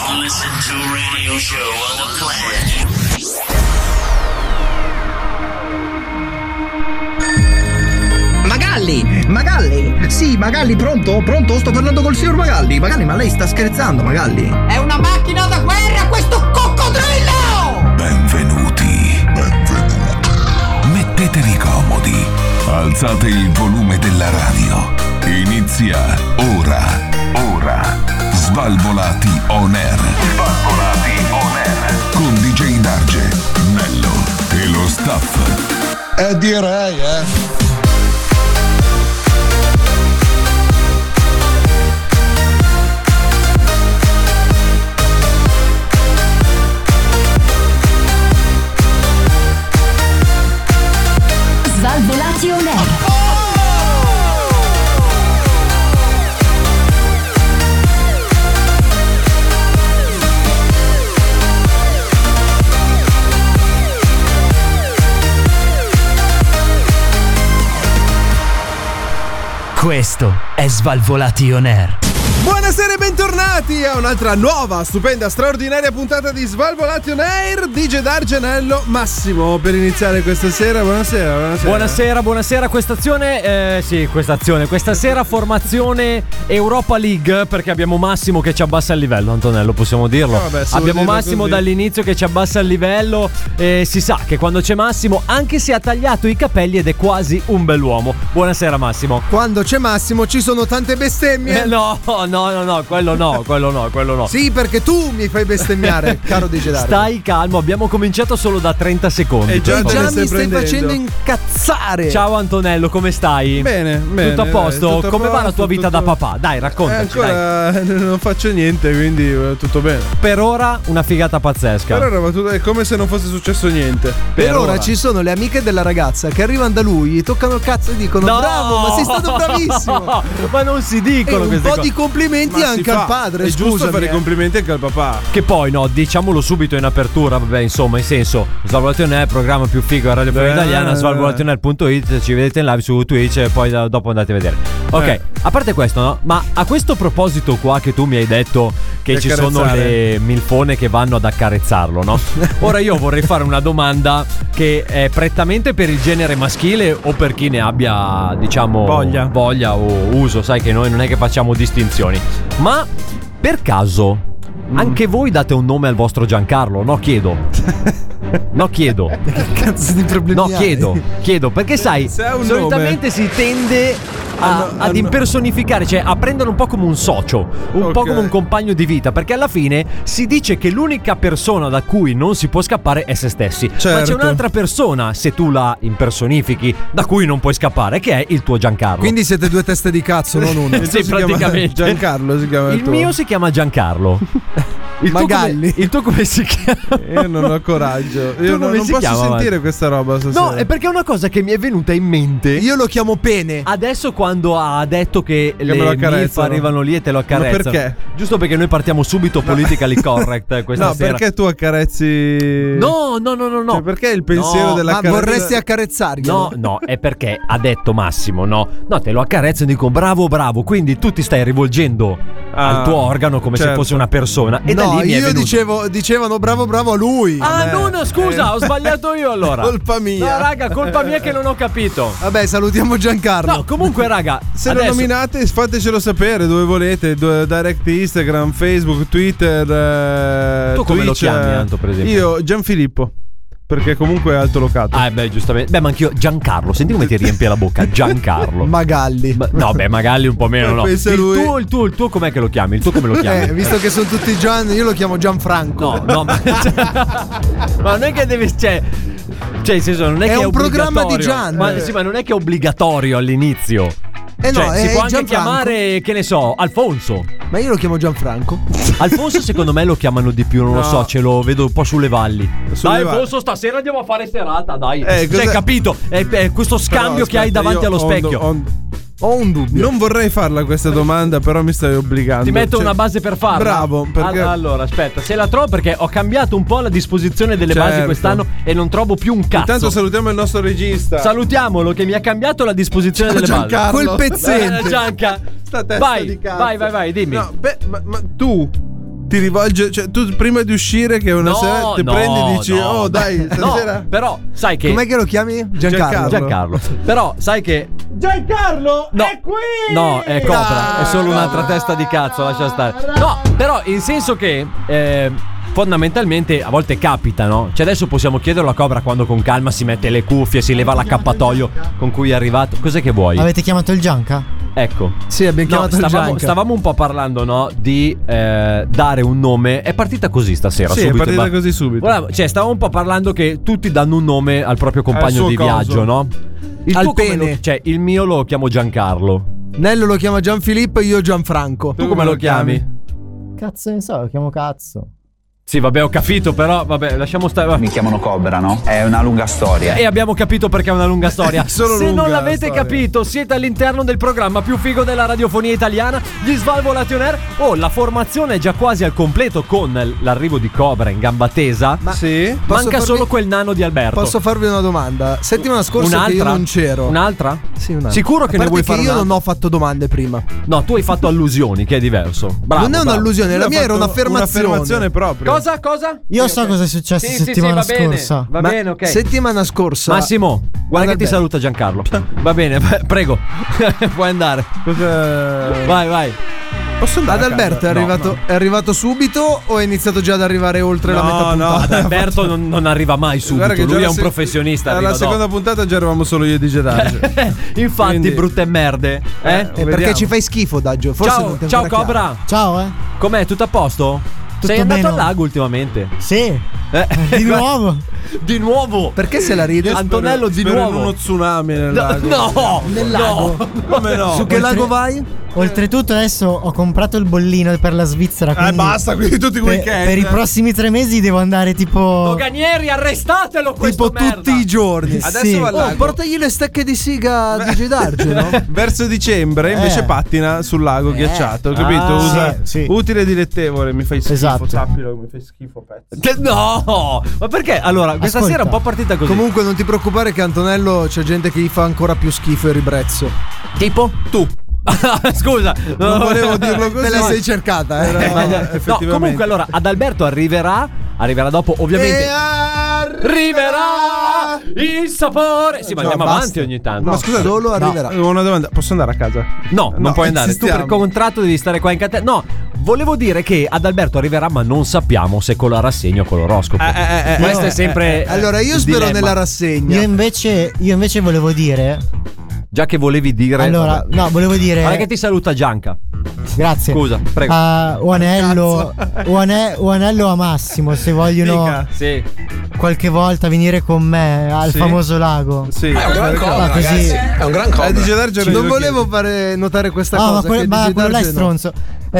Listen to radio show on the planet. Magalli, sì, Magalli, pronto? Sto parlando col signor Magalli, ma lei sta scherzando, Magalli? È una macchina da guerra questo coccodrillo! Benvenuti. Mettetevi comodi, alzate il volume della radio. Inizia ora. Svalvolati on air. Con DJ Darge, Nello e lo staff. Direi, Svalvolati on air. Questo è Svalvolati on air. Buonasera e bentornati a un'altra nuova, stupenda, straordinaria puntata di Svalvolati on air. DJ D'Argenello, Massimo per iniziare questa sera. Buonasera. Questa sera formazione Europa League, perché abbiamo Massimo che ci abbassa il livello, Antonello, possiamo dirlo. Abbiamo Massimo così dall'inizio che ci abbassa il livello. Si sa che quando c'è Massimo, anche se ha tagliato i capelli ed è quasi un bell'uomo. Buonasera Massimo. Quando c'è Massimo ci sono tante bestemmie. No, quello no. Sì, perché tu mi fai bestemmiare, caro DJ Darge. Stai calmo, abbiamo cominciato solo da 30 secondi. E già mi stai facendo incazzare. Ciao Antonello, come stai? Bene. Tutto a posto? Tutto Come a va la posto, tua vita tutto... da papà? Dai, raccontaci. Ancora non faccio niente, quindi tutto bene. Per ora una figata pazzesca. Per ora va tutto, è come se non fosse successo niente. Per ora ci sono le amiche della ragazza che arrivano da lui, gli toccano il cazzo e dicono: no, bravo, ma sei stato bravissimo. Ma non si dicono queste cose. Un po' di complimenti anche al padre. È giusto fare i complimenti anche al papà. Che poi no, diciamolo subito in apertura, vabbè, insomma, in senso, Svalvolati on air, programma più figo a Radio Italiana, svalvolationair.it, ci vedete in live su Twitch e poi dopo andate a vedere. Ok, a parte questo, no? Ma a questo proposito qua che tu mi hai detto che ci sono le milfone che vanno ad accarezzarlo, no? Ora io vorrei fare una domanda che è prettamente per il genere maschile o per chi ne abbia, diciamo, voglia o uso, sai che noi non è che facciamo distinzioni. Ma per caso anche voi date un nome al vostro Giancarlo? No, chiedo. Che cazzo di problemi hai? Chiedo perché sai, solitamente si tende ad impersonificare, cioè a prendere un po' come un socio, un po' come un compagno di vita, perché alla fine si dice che l'unica persona da cui non si può scappare è se stessi. Certo. Ma c'è un'altra persona, se tu la impersonifichi, da cui non puoi scappare, che è il tuo Giancarlo. Quindi siete due teste di cazzo, non uno. Sì, praticamente. Giancarlo si chiama il mio si chiama Giancarlo. Magalli. Il tuo come si chiama? Io non ho coraggio. Io non posso sentire questa roba stasera. No, è perché è una cosa che mi è venuta in mente. Io lo chiamo pene. Adesso quando ha detto che le MILF arrivano lì e te lo accarezzano. Ma perché? Giusto perché noi partiamo subito politically correct questa sera. No, perché tu accarezzi? No. Cioè, perché il pensiero della carezza? Ma vorresti accarezzarglielo? No, è perché ha detto Massimo, no, te lo accarezzo e dico bravo, quindi tu ti stai rivolgendo al tuo organo come se fosse una persona. E da lì mi è venuto. dicevano bravo a lui. No, scusa, ho sbagliato io allora. Colpa mia. No, raga, colpa mia che non ho capito. Vabbè, salutiamo Giancarlo. No, comunque, raga, se lo nominate, fatecelo sapere dove volete. Direct Instagram, Facebook, Twitter, tu come Twitch, lo chiami, Anto, per esempio? Io Gianfilippo, perché comunque è alto locato. Giustamente. Ma anch'io Giancarlo, senti come ti riempie la bocca. Giancarlo. Magalli. Magalli un po' meno, no. Il tuo com'è che lo chiami? Il tuo come lo chiami? Visto che sono tutti Gian, io lo chiamo Gianfranco. No, ma non è che devi, cioè in senso, non è che è un programma di Gian. Ma non è che è obbligatorio all'inizio. Si può anche chiamare, che ne so, Alfonso. Ma io lo chiamo Gianfranco. Alfonso secondo me lo chiamano di più, non lo so, ce lo vedo un po' sulle valli. Alfonso, stasera andiamo a fare serata, dai. Cioè, capito? È questo scambio che hai davanti allo specchio. Ho un dubbio. Non vorrei farla questa domanda, però mi stai obbligando. Ti metto una base per farla. Bravo, perché... Allora, aspetta, se la trovo, perché ho cambiato un po' la disposizione delle basi quest'anno e non trovo più un cazzo. Intanto salutiamo il nostro regista. Salutiamolo, che mi ha cambiato la disposizione delle basi. Quel pezzente. Gianca. Sta testa di cazzo. Vai, dimmi. No, ma tu ti rivolge, cioè tu prima di uscire che una sera ti prendi e dici "Oh, dai, stasera". No, però sai che Com'è che lo chiami? Giancarlo. Però sai che Giancarlo no, è qui! No, è Cobra, è solo un'altra testa di cazzo, lascia stare. No, però in senso che fondamentalmente a volte capita, no? Cioè adesso possiamo chiederlo a Cobra quando con calma si mette le cuffie, si leva l'accappatoio con cui è arrivato. Cos'è che vuoi? Avete chiamato il Gianca? Ecco. Sì, abbiamo chiamato il Gianca. Stavamo un po' parlando, no? Di dare un nome. È partita così stasera. Sì, subito, è partita così subito. Cioè, stavamo un po' parlando che tutti danno un nome al proprio compagno suo di coso. viaggio, no? Al pene. Cioè, il mio lo chiamo Giancarlo. Nello lo chiama Gianfilippo e io Gianfranco. Tu come lo chiami? Cazzo ne so, lo chiamo cazzo. Sì, vabbè, ho capito, però vabbè, lasciamo stare. Mi chiamano Cobra, no? È una lunga storia. E abbiamo capito perché è una lunga storia. Solo Se lunga non l'avete storia. capito, siete all'interno del programma più figo della radiofonia italiana, gli Svalvolati On Air. Oh, la formazione è già quasi al completo con l'arrivo di Cobra in gamba tesa. Ma sì. Manca solo quel nano di Alberto. Posso farvi una domanda? Settimana scorsa che io non c'ero. Un'altra? Sì, un'altra. Sicuro che A ne parte vuoi che fare io un'altra? non ho fatto domande prima. No, tu hai fatto allusioni, che è diverso. Bravo, Non è bravo. un'allusione, la Io ho mia era fatto un'affermazione. proprio. Cosa? Io so cosa è successo settimana scorsa. Va Ma bene, ok. settimana scorsa. Massimo, guarda che ti bene. saluta Giancarlo. Va bene, prego. Puoi andare. Vai. Posso andare Ad a casa? Alberto è No, arrivato, no. è arrivato subito o è iniziato già ad arrivare oltre la metà puntata? Ad Alberto non arriva mai subito. Guarda che già Lui è la un se- professionista. Alla arriva seconda puntata già eravamo solo io e DJ Daggio. dopo. Infatti, Quindi- brutte merde. Perché vediamo. ci fai schifo, Daggio. Forse non ti è Ciao ancora Cobra. Ciao, Com'è? Tutto a posto? Sei andato bene. al lago ultimamente? Sì, di nuovo. Di nuovo? Perché se la ride? Antonello di Spero in nuovo. uno tsunami nel lago. No, Nel lago? Come no? Su che lago vai? Oltretutto adesso ho comprato il bollino per la Svizzera. Quindi Basta, quindi tutti i weekend. per i prossimi 3 mesi devo andare tipo Doganieri, arrestatelo questo Tipo merda. tutti i giorni. Adesso Sì. va al lago. Portagli le stecche di siga a DJ Daggio, no? Verso dicembre invece pattina sul lago ghiacciato, capito? Ah, Usa sì. utile e dilettevole, mi fai schifo, Esatto. sappilo, mi fai schifo, pezzo. Che no! Ma perché? Allora, questa Ascolta. sera è un po' partita così. Comunque non ti preoccupare che Antonello c'è gente che gli fa ancora più schifo e ribrezzo. Tipo? Tu. Scusa, Non volevo dirlo così. Te la sei cercata, Però, eh? No, effettivamente. comunque allora ad Alberto arriverà dopo ovviamente arriverà il sapore. Sì, ma No, andiamo basta. avanti ogni tanto. Ma scusa, solo arriverà. Avevo una domanda, posso andare a casa? No, non puoi andare. Tu per insistiamo. contratto devi stare qua in catena. No, volevo dire che ad Alberto arriverà, ma non sappiamo se con la rassegna o con l'oroscopo. Questo è sempre. Allora io il spero dilemma. nella rassegna. io invece volevo dire. Già che volevi dire. Allora, vabbè. no, volevo dire. Guarda che ti saluta Gianca. Grazie. Scusa, prego. O Anello a Massimo, se vogliono Mica. Sì. qualche volta venire con me al Sì. famoso lago. Sì. Ah, così. È un gran DJ Daggio Non volevo fare notare questa cosa. ma quello là è Daggio no. stronzo.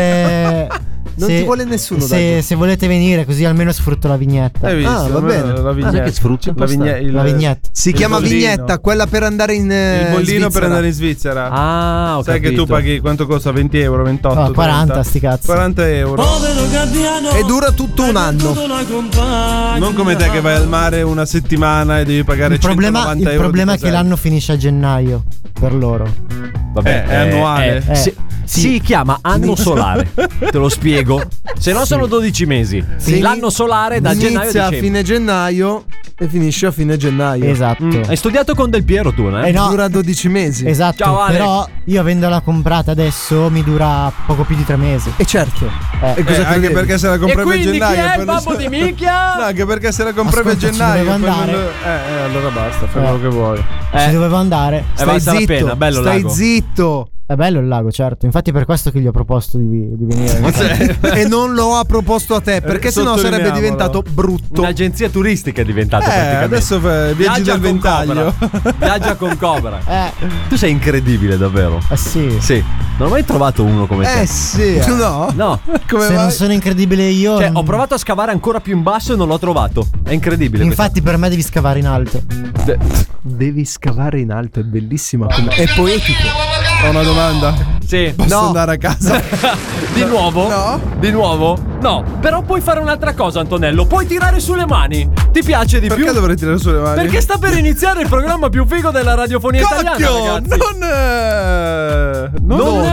Non ti vuole nessuno, Se volete venire, così almeno sfrutto la vignetta. Hai visto? Ah, va bene. La vignetta. che sfrutti? La La vignetta. Si il chiama bollino. vignetta, quella per andare in Il bollino Svizzera. per andare in Svizzera. Ah, ho Sai capito. che tu paghi quanto costa? 20 euro, 28, No, 40 30? sti cazzi. 40 euro. E dura tutto un anno. Non come te che vai al mare una settimana e devi pagare Il problema 190 è euro. che di casello. l'anno finisce a gennaio per loro. Vabbè, È annuale. Si chiama anno solare. Te lo spiego. Se no sono 12 mesi. Sì. L'anno solare da gennaio a Inizia a dicembre. fine gennaio e finisce a fine gennaio. Esatto. Hai studiato con Del Piero tu, eh? no. Dura 12 mesi. Esatto. Ciao, Ale. Però io avendola comprata adesso mi dura poco più di 3 mesi. E certo. E cosa Anche credevi? perché se la E compravi a quindi chi gennaio. è il poi babbo non- di minchia? No, anche perché se la compravi Ascolta, a ci gennaio. dovevo poi non- andare. allora basta, fai quello che vuoi. Ci dovevo andare. È valsa la zitto, pena, bello stai lago. zitto. È bello il lago, certo. Infatti è per questo che gli ho proposto di venire. E non lo ha proposto a te, perché sennò sarebbe Sottolineiamolo. diventato brutto. Un'agenzia turistica è diventata praticamente. Adesso viaggi Viaggia del con ventaglio. Cobra. Viaggia con Cobra. Eh Tu sei incredibile, davvero. sì. Sì. Non ho mai trovato uno come te. Sì. No. No. Come Se vai? non sono incredibile io. Cioè, ho provato a scavare ancora più in basso e non l'ho trovato. È incredibile. Infatti per me devi scavare in alto. Devi scavare in alto, è bellissima. È poetico. Ho una domanda. Sì. Posso No. andare a casa? Di nuovo? No. Di nuovo? No. Però puoi fare un'altra cosa, Antonello. Puoi tirare sulle mani. Ti piace di Perché più? dovrei tirare sulle mani? Perché sta per iniziare il programma più figo della radiofonia italiana, Cacchio! ragazzi. Non.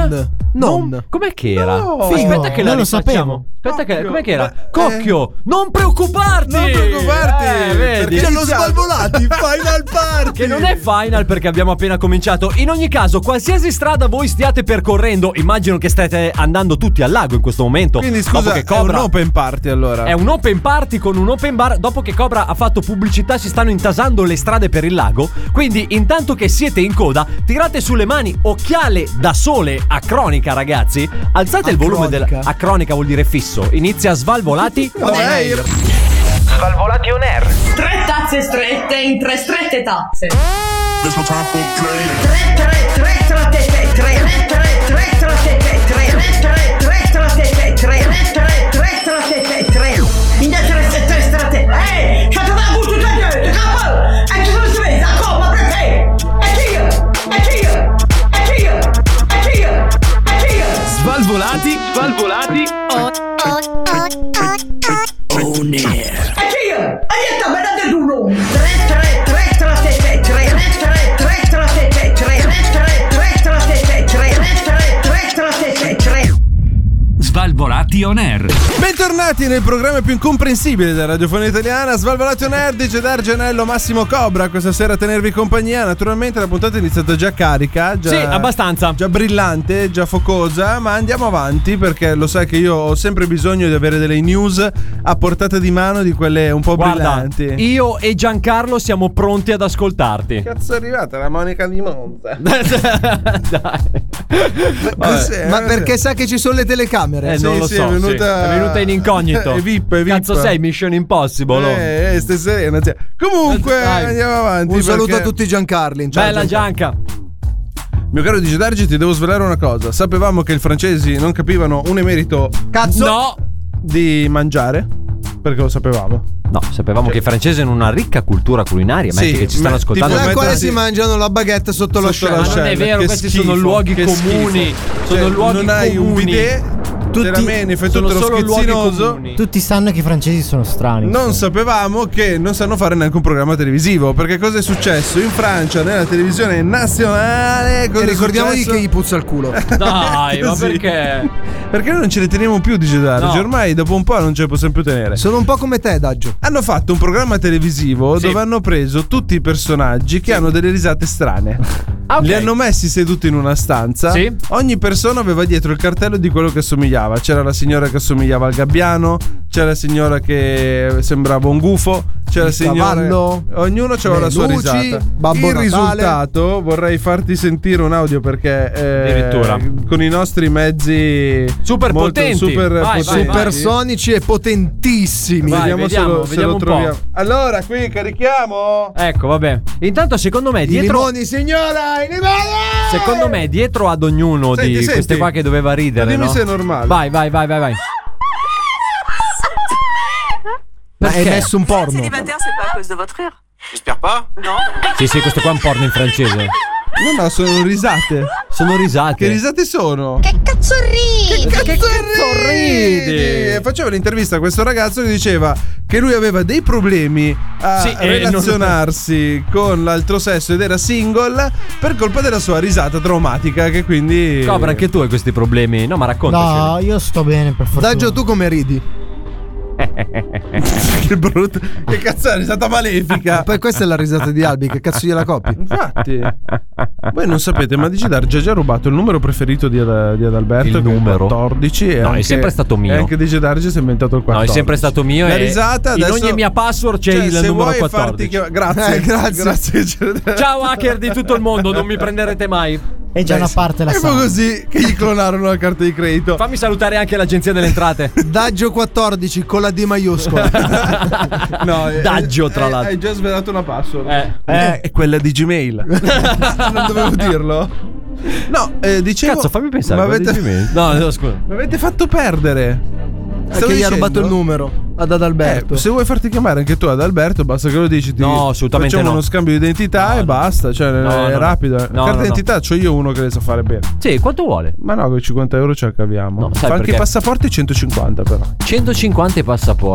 Com'è che era? No. Aspetta che la non lo rifacciamo. sapevo. Aspetta che com'è che era? Cocchio, non preoccuparti! Non preoccuparti, vedi? Perché lo Svalvolati Final Party. Che non è final perché abbiamo appena cominciato. In ogni caso, qualsiasi strada voi stiate percorrendo, immagino che state andando tutti al lago in questo momento. Quindi Dopo scusa, che Cobra... è un open party allora. È un open party con un open bar. Dopo che Cobra ha fatto pubblicità, si stanno intasando le strade per il lago. Quindi, intanto che siete in coda, tirate sulle mani, occhiale da sole a cronica, ragazzi. Alzate il volume a cronica vuol dire fisso. Inizia Svalvolati on Air. Svalvolati on Air. 3 tazze strette in 3 strette tazze. 3 trattete, 3 trattete, 3 in 3 strette. Ehi, c'è da gusto da gente, capo. E ci sono sveglia, come perché? Svalvolati on Air. Svalvolati on Air. Bentornati nel programma più incomprensibile della radiofonia italiana, Svalvolati on Air, DJ D'Argenello, Massimo Cobra. Questa sera a tenervi compagnia. Naturalmente la puntata è iniziata già carica, Sì, abbastanza. già brillante, già focosa, ma andiamo avanti perché lo sai che io ho sempre bisogno di avere delle news a portata di mano, di quelle un po' brillanti. Io e Giancarlo siamo pronti ad ascoltarti. Cazzo è arrivata la Monica di Monza? Dai. Ma perché sa che ci sono le telecamere? Non lo so, è venuta in incognito. È VIP. Cazzo sei, Mission Impossible. Stai serena. Comunque Dai. Andiamo avanti. Un saluto a tutti i Giancarli. Ciao, Bella Gianca. Mio caro DJ Dargi, ti devo svelare una cosa. Sapevamo che i francesi non capivano un emerito Cazzo. No. di mangiare, perché lo sapevamo. No, sapevamo che i francesi hanno una ricca cultura culinaria. Metti che ci stanno ascoltando. tipo Nel quale mettersi- si mangiano la baguette sotto lo Sotto la sciame. non è vero, che questi schifo, sono luoghi che comuni. schifo. Sono luoghi non hai un comuni. bidet, te la meni, fai tutto lo solo luoghi schizzinoso. comuni. Tutti sanno che i francesi sono strani. Non insomma. sapevamo che non sanno fare neanche un programma televisivo. Perché cosa è successo in Francia, nella televisione nazionale? Cosa E è ricordiamogli successo? che gli puzza il culo. Dai, ma Così. perché? Perché noi non ce le teniamo più DJ Dargi. No. Ormai dopo un po' non ce le possiamo più tenere. Sono un po' come te, Daggio. Hanno fatto un programma televisivo Sì. dove hanno preso tutti i personaggi che hanno delle risate strane. Ok. Li hanno messi seduti in una stanza. Sì. Ogni persona aveva dietro il cartello di quello che assomigliava. C'era la signora che assomigliava al gabbiano, c'era la signora che sembrava un gufo, c'era la signora. cavallo, Ognuno aveva le la sua luci, risata. Babbo Il Natale. risultato, vorrei farti sentire un audio perché Addirittura. con i nostri mezzi Super molto potenti. super Vai, potenti. vai. Supersonici e potentissimi. Vai, Vediamo, vediamo se lo un po'. troviamo. Allora, qui carichiamo. Ecco, vabbè. Intanto, secondo me, I dietro. limoni, signora, i limoni! Secondo me, dietro ad ognuno Senti, di senti. queste qua che doveva ridere. Dimmi no? se è normale. Vai. Ma è nessun porno. Célibataire, c'est pas à cause de votre rire. J'espère pas. Non. Sì, questo qua è un porno in francese. No, sono risate. Sono risate. Che risate sono? Che cazzo ridi? Che cazzo ridi? ridi? Faceva l'intervista a questo ragazzo che diceva che lui aveva dei problemi a Sì, relazionarsi con l'altro sesso ed era single per colpa della sua risata traumatica, che quindi Cobra, anche tu hai questi problemi. No, ma raccontaci. No, io sto bene, per fortuna. Daggio, tu come ridi? che brutto. Che cazzo è la risata malefica? Poi questa è la risata di Albi, che cazzo gliela copi? Infatti, voi non sapete, ma DJ Dargi ha già rubato il numero preferito di Adalberto. Il che è numero? 14. E No, è anche- sempre stato mio. E anche DJ Dargi si è inventato il 14. No, è sempre stato mio. La e risata in adesso- ogni mia password c'è Cioè, il se numero vuoi 14. Grazie, grazie. Ciao hacker di tutto il mondo, non mi prenderete mai. È già una parte la È sa. così che gli clonarono la carta di credito. Fammi salutare anche l'agenzia delle entrate. Daggio 14 con la D maiuscola. No, Daggio, tra l'altro. Hai già svelato una password. Eh. È quella di Gmail. Non dovevo dirlo. No, dicevo. Cazzo, fammi pensare. Ma guarda avete, di me. No, scusa. mi avete fatto perdere. Che gli ha rubato il numero ad Adalberto. Se vuoi farti chiamare anche tu ad Alberto, basta che lo dici. No, assolutamente facciamo no. uno scambio di identità e basta. Cioè, è rapido. No, Carta no, d'identità c'ho io uno che le sa fare bene. Sì, quanto vuole? Ma no, con 50 euro ce la caviamo. No, sai Fa anche perché? i passaporti 150 però. 150 passaporti.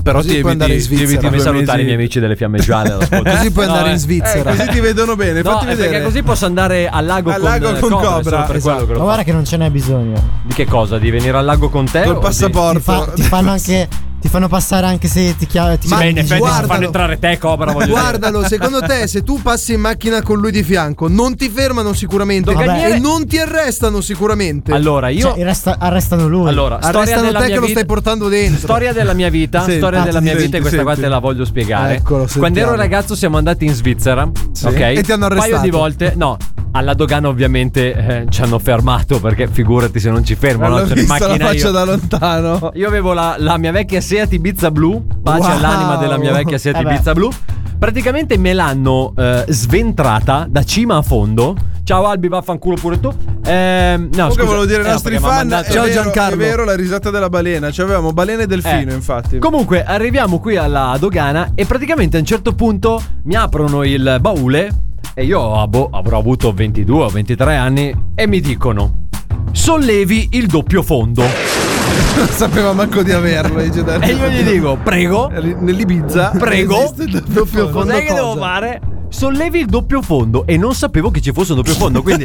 Però Così ti puoi andare in Svizzera. Fammi salutare i miei amici delle Fiamme Gialle all'ascolto. Così puoi andare in Svizzera. Così ti vedono bene. No, Fatti vedere. perché così posso andare al lago con Cobra. per quello che Ma lo guarda faccio. che non ce n'è bisogno. Di che cosa? Di venire al lago con te? Col o passaporto. Ti fanno anche. Ti fanno passare anche se ti chiamano. Ma in effetti guardalo. fanno entrare te, Cobra. Voglio Guardalo, secondo te se tu passi in macchina con lui di fianco non ti fermano sicuramente Doganiere- e non ti arrestano sicuramente? dire. Allora, io. Arrestano lui. Allora, storia Arrestano della te mia che lo vita. stai portando dentro. Storia della mia vita, Senti, storia della mia vita, e questa qua senti. te la voglio spiegare. Eccolo, Quando sentiamo. ero ragazzo siamo andati in Svizzera, ok? E ti hanno Un paio arrestato. di volte, no. Alla dogana ovviamente ci hanno fermato, perché figurati se non ci fermano. L'ho C'è in vista la macchina faccia io. da lontano. Io avevo la mia vecchia Seat Ibiza blu. Pace Wow. all'anima della mia vecchia Seat Ibiza blu. Praticamente me l'hanno sventrata da cima a fondo. Ciao Albi, vaffanculo pure tu. No, Comunque scusa. volevo dire ai no, nostri perché m'ha fan, mandato- Ciao, è vero, Giancarlo. è vero la risata della balena. Cioè avevamo balene e delfino, infatti. Comunque arriviamo qui alla dogana e praticamente a un certo punto mi aprono il baule e io avrò avuto 22 o 23 anni e mi dicono: sollevi il doppio fondo. Non sapeva manco di averlo. Dice, E io gli dico: prego, nell'Ibiza prego. esiste il doppio fondo. Cos'è che devo fare? Sollevi il doppio fondo e non sapevo che ci fosse un doppio fondo, quindi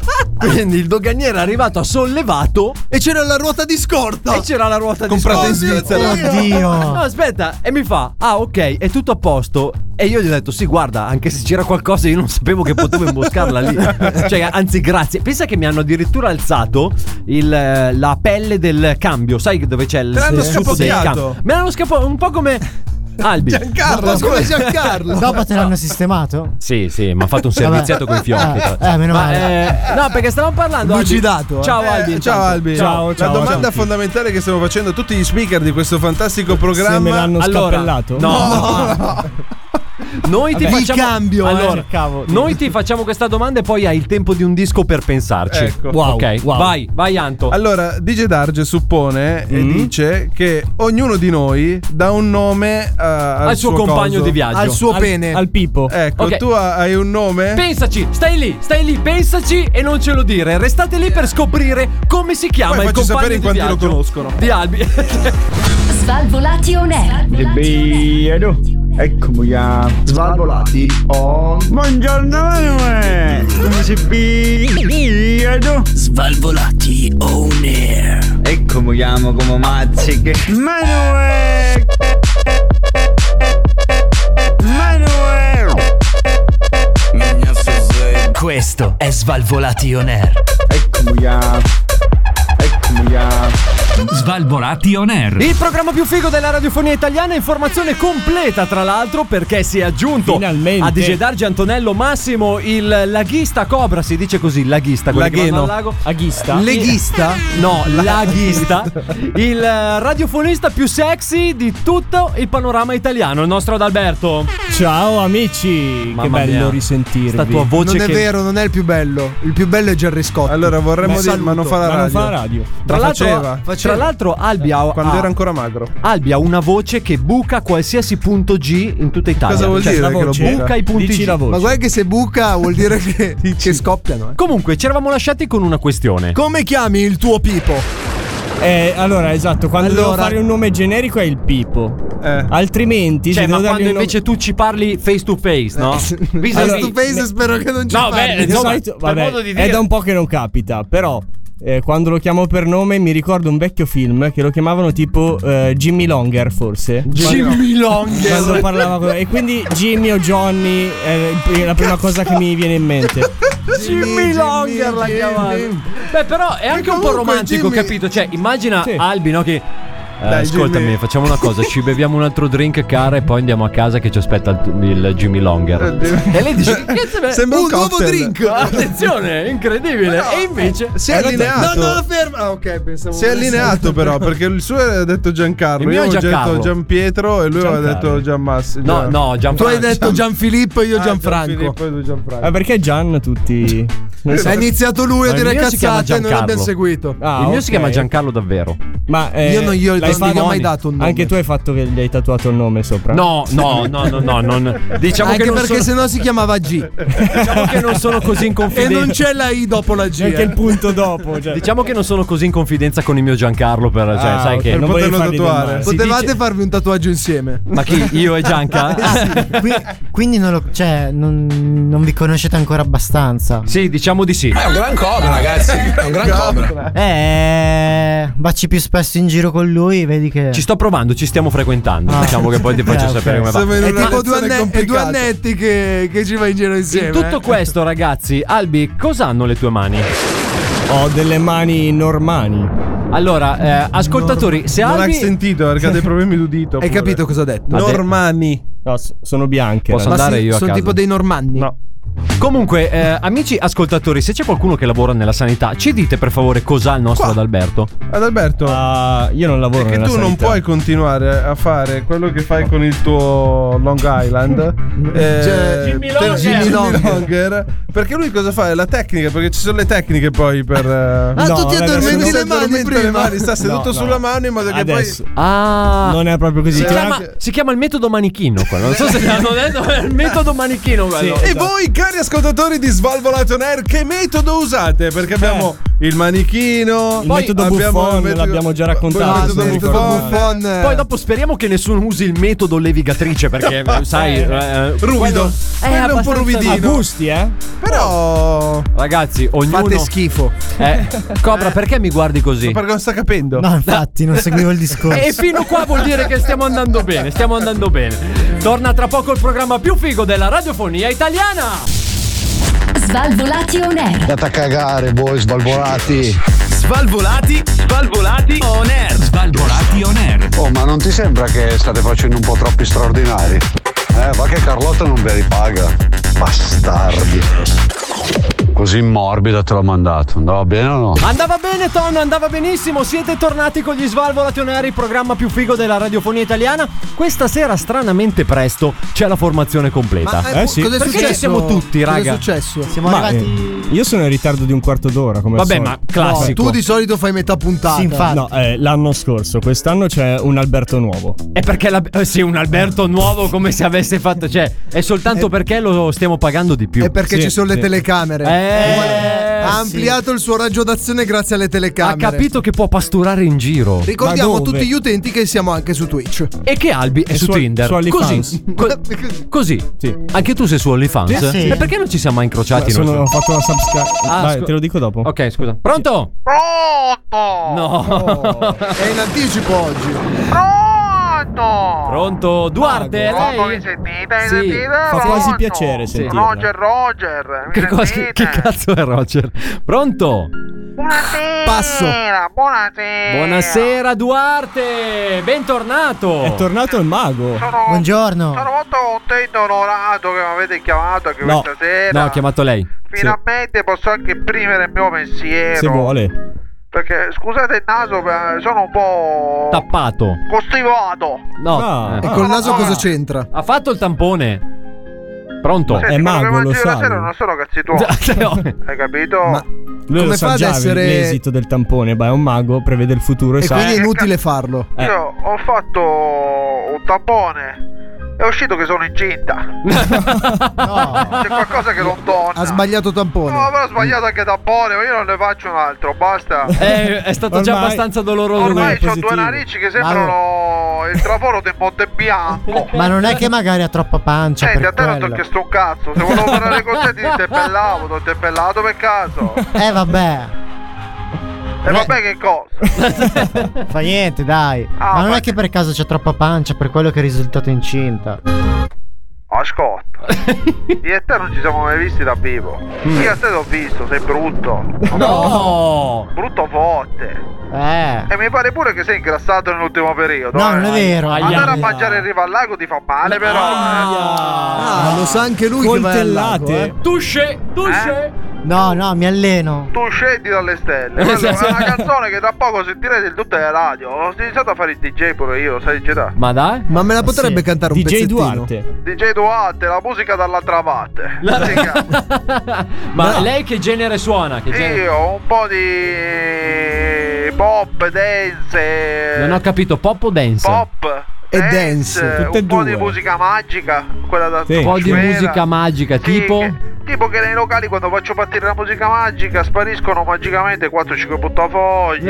il doganiere è arrivato, ha sollevato E c'era la ruota di scorta. e c'era la ruota di Comprata in scorta. Svizzera. Oddio. No, aspetta, e mi fa: ah, ok, è tutto a posto. E io gli ho detto: sì, guarda, anche se c'era qualcosa, io non sapevo che potevo imboscarla lì. Cioè, anzi, grazie. Pensa che mi hanno addirittura alzato la pelle del cambio. Sai dove c'è il Te l'hanno tessuto del scapocchiato. cambio? Me l'hanno scappato un po' come Albi. Giancarlo, Come Giancarlo. Dopo te l'hanno sistemato? Sì, mi ha fatto un servizietto con i fiocchi. Meno male. No, perché stavamo parlando. Albi. Lucidato, Ciao Albi. Ciao intanto. Albi. Ciao, La ciao, domanda ciao. fondamentale che stiamo facendo a tutti gli speaker di questo fantastico programma. Se me l'hanno Allora, scappellato? no. Noi ti Vabbè, facciamo ricambio, allora, cercavo. noi ti facciamo questa domanda e poi hai il tempo di un disco per pensarci. Ecco. Wow, Ok, wow. vai Anto. Allora, DJ Darge suppone e dice che ognuno di noi dà un nome Al suo compagno coso. di viaggio. Al suo pene. Al Pipo. Ecco, Ok. tu hai un nome? Pensaci, stai lì, pensaci e non ce lo dire. Restate lì per scoprire come si chiama Poi il facci compagno sapere in di quanti lo viaggio conoscono. di Albi. Svalvolati on air. Eccomi chiamo. Svalvolati on. Buongiorno Manuel. Come si vedo? Svalvolati on air. Eccomi chiamo come mazziche. Manuel. Questo è Svalvolati on air. Eccomi chiamo. Svalvolati on air. Il programma più figo della radiofonia italiana, informazione completa tra l'altro, perché si è aggiunto Finalmente. a DJ Darge Antonello Massimo il laghista Cobra, si dice così, laghista, quelli che Lagheno. vanno al lago. Aghista. Leghista? No, laghista. Il radiofonista più sexy di tutto il panorama italiano, il nostro Adalberto. Ciao amici. Mamma che bello mia. risentirvi. Sta tua voce Non è che vero, non è il più bello. Il più bello è Gerry Scott. Allora vorremmo dire, ma non fa la Ma non radio. fa la radio. Tra Ma l'altro, faceva. tra l'altro Albi ha, Quando era ancora magro. Albi ha una voce che buca qualsiasi punto G in tutta Italia. Cosa vuol Cioè, dire la che lo voce? buca? buca i punti Dici G. la voce. Ma guarda che se buca vuol dire che scoppiano. Comunque, ci eravamo lasciati con una questione. Come chiami il tuo Pipo? Allora, esatto, quando devo Allora- fare un nome generico è il Pipo. Altrimenti Cioè, se ma devo dargli quando un nome- invece tu ci parli face to face, no? Vis-à-vis. Face to face spero che non ci No, parli. beh, Di insomma, solito, per vabbè, modo di dire. è da un po' che non capita, però quando lo chiamo per nome mi ricordo un vecchio film che lo chiamavano tipo Jimmy Longer, forse. Jimmy Longer. Quando parlava e quindi Jimmy o Johnny è la prima cosa che mi viene in mente. Jimmy Longer la chiamata. Beh, però è anche un po' comunque romantico, Jimmy- capito? Cioè, immagina Sì. Albi, no? Che Dai, ascoltami, Jimmy. facciamo una cosa, ci beviamo un altro drink, cara, e poi andiamo a casa che ci aspetta il Jimmy Longer. E lei dice: che cazzo è? Sembra un Un nuovo cocktail. drink. Attenzione, incredibile. E invece Si è allineato. No, ferma. Ah, ok, pensavo. Si è allineato però, perché il suo ha detto Giancarlo, Il mio io è avevo Giancarlo. detto Gianpietro e lui aveva Giancarlo. detto Gianmassi. No, no, Tu Gianfranco. hai detto Gianfilippo e io Ah, Gianfranco. Gianfilippo e tu Gianfranco. Ma perché Gian tutti? Non so. Ha iniziato lui a Ma il dire mio si chiama cazzate e noi Giancarlo. l'abbiamo seguito. Ah, Il mio ok. si chiama Giancarlo davvero. Ma Io non glielo l'hai non gli ho mai dato un nome. Anche tu hai fatto che gli hai tatuato il nome sopra. No, non, diciamo anche che non perché sono, sennò si chiamava G. diciamo che non sono così in E confidenza. non c'è la I dopo la G. Anche il punto dopo. Cioè. Diciamo che non sono così in confidenza con il mio Giancarlo sai ok, che non volevi fargli del tatuare. male. Potevate farvi un tatuaggio insieme. Ma chi? Io e Gianca? Quindi non vi conoscete ancora abbastanza. Sì, diciamo di sì. È un gran cobra, ragazzi. È un gran cobra. Baci più spesso in giro con lui, vedi che. Ci sto provando, ci stiamo frequentando. Diciamo che poi ti faccio sapere come va. È tipo due annetti che ci va in giro insieme. In tutto questo, ragazzi, Albi, cosa hanno le tue mani? Ho delle mani normali. Allora, ascoltatori, se non Albi hai sentito perché ha dei problemi d'udito. Hai capito cosa ho detto? Normani. No, sono bianche. Posso andare io a sono casa? tipo dei normanni. No. Comunque, amici ascoltatori, se c'è qualcuno che lavora nella sanità, ci dite per favore cos'ha il nostro Adalberto. Adalberto, io non lavoro perché nella tu non sanità. puoi continuare a fare quello che fai con il tuo Long Island. Jimmy Longer. Perché lui cosa fa? È la tecnica, perché ci sono le tecniche poi per. Tu ti addormenti le mani le prima. mani, sta seduto No. sulla mano in modo che Adesso. poi. Ah, Non è proprio così. si chiama il metodo manichino quello. Non so se l'hanno detto, è il metodo manichino quello. E voi, cari ascoltatori di Svalvolato On Air, che metodo usate? Perché abbiamo il manichino, Il metodo abbiamo Buffon, il metodo- l'abbiamo già raccontato. poi il metodo Buffon. Poi dopo speriamo che nessuno usi il metodo levigatrice perché sai ruvido. Quello è un po' ruvidino. A gusti, Però Ragazzi, ognuno Fate schifo. Cobra, perché mi guardi così? perché non sta capendo. No, infatti, non seguivo il discorso. E fino qua vuol dire che stiamo andando bene, stiamo andando bene. Torna tra poco il programma più figo della radiofonia italiana. Svalvolati on air. Andate a cagare voi svalvolati. Svalvolati on air. Svalvolati on air. Oh, ma non ti sembra che state facendo un po' troppi straordinari? Va che Carlotta non ve li paga. Bastardi. Così morbida te l'ho mandato. Andava bene o no? Andava bene, Tonno, andava benissimo. Siete tornati con gli Svalvolati on air, il programma più figo della radiofonia italiana. Questa sera, stranamente presto, c'è la formazione completa. sì. Cos'è Perché successo? ci siamo tutti, raga? Cos'è successo? Siamo arrivati. Io sono in ritardo di un quarto d'ora. Come al Vabbè, solito. ma classico. Tu di solito fai metà puntata. Sì, infatti. No, l'anno scorso. Quest'anno c'è un Alberto nuovo. È perché sì, un Alberto nuovo come se avesse fatto. Cioè, è soltanto perché lo stiamo pagando di più. È perché Sì, ci sono le sì. telecamere. Ha ampliato il suo raggio d'azione grazie alle Ha telecamere. capito che può pasturare in giro. Ricordiamo Ma a dove? tutti gli utenti che siamo anche su Twitch. E che Albi è su su- Tinder. su OnlyFans. Così. Sì. Anche tu sei su OnlyFans? Sì. E perché non ci siamo mai incrociati? Ho noi? fatto la subscribe. Vai, te lo dico dopo. Ok, scusa. Pronto? No. È in anticipo oggi. Pronto? Duarte, Pronto, lei? mi sentite? Mi Sì. sentite? Fa quasi Pronto? piacere Sì. sentirla. Roger, mi Che, cosa, sentite? che cazzo è Roger? Pronto? Buonasera, Passo. buonasera. Buonasera Duarte, bentornato. È tornato il mago. Buongiorno. Sono molto contento e onorato che mi avete chiamato anche No. questa sera. No, ho chiamato lei. Finalmente posso anche esprimere il mio pensiero. Se vuole. Perché scusate il naso, sono un po' Tappato. costivato. No. Ah. E col naso cosa c'entra? Ha fatto il tampone. Pronto? Senti, È quello mago, che mangi lo la sa sera lui. non sono cazzi tuoi. No. Hai capito? Ma Lui come lo sa fa ad già essere- l'esito del tampone. Beh, è un mago, prevede il futuro e E sa. quindi è inutile farlo. Io ho fatto un tampone. È uscito che sono incinta. C'è qualcosa che non torna. Ha sbagliato tampone. No, però ho sbagliato anche tampone. Ma io non ne faccio un altro. Basta. È stato già Ormai- abbastanza doloroso. Ormai ho positivo. due narici che sembrano il traforo del Monte Bianco. Ma non è che magari ha troppa pancia. Senti, per a te non ti ho quello. chiesto un cazzo. Se volevo parlare con te ti interpellavo. Ti ho interpellato per caso. Vabbè. E vabbè, che cosa? Fa niente, dai. Ah, Ma non ma- è che per caso c'è troppa pancia per quello che è risultato incinta. Ascolta, io e te non ci siamo mai visti da vivo. Io a te l'ho visto, sei brutto. No. Brutto forte. E mi pare pure che sei ingrassato nell'ultimo periodo. No, non è vero. Andare a Aia. mangiare in riva al lago ti fa male, però. Ah, lo sa anche lui che vai al lago, Coltellate. Tusce. No, mi alleno. Tu scendi dalle stelle. Quella è una canzone che tra poco sentirete in tutte le radio. Ho iniziato a fare il DJ pure io, lo sai già. Ma dai. Ma me la potrebbe cantare un DJ pezzettino? Duarte. DJ Duarte, la musica dall'altra parte. Ma lei che genere suona? Che genere? Io un po' di pop, dance. Non ho capito, pop o dance? Pop e dance, un po' di musica magica, quella da un po' di musica magica, tipo? Tipo che nei locali quando faccio partire la musica magica spariscono magicamente 4-5 portafogli.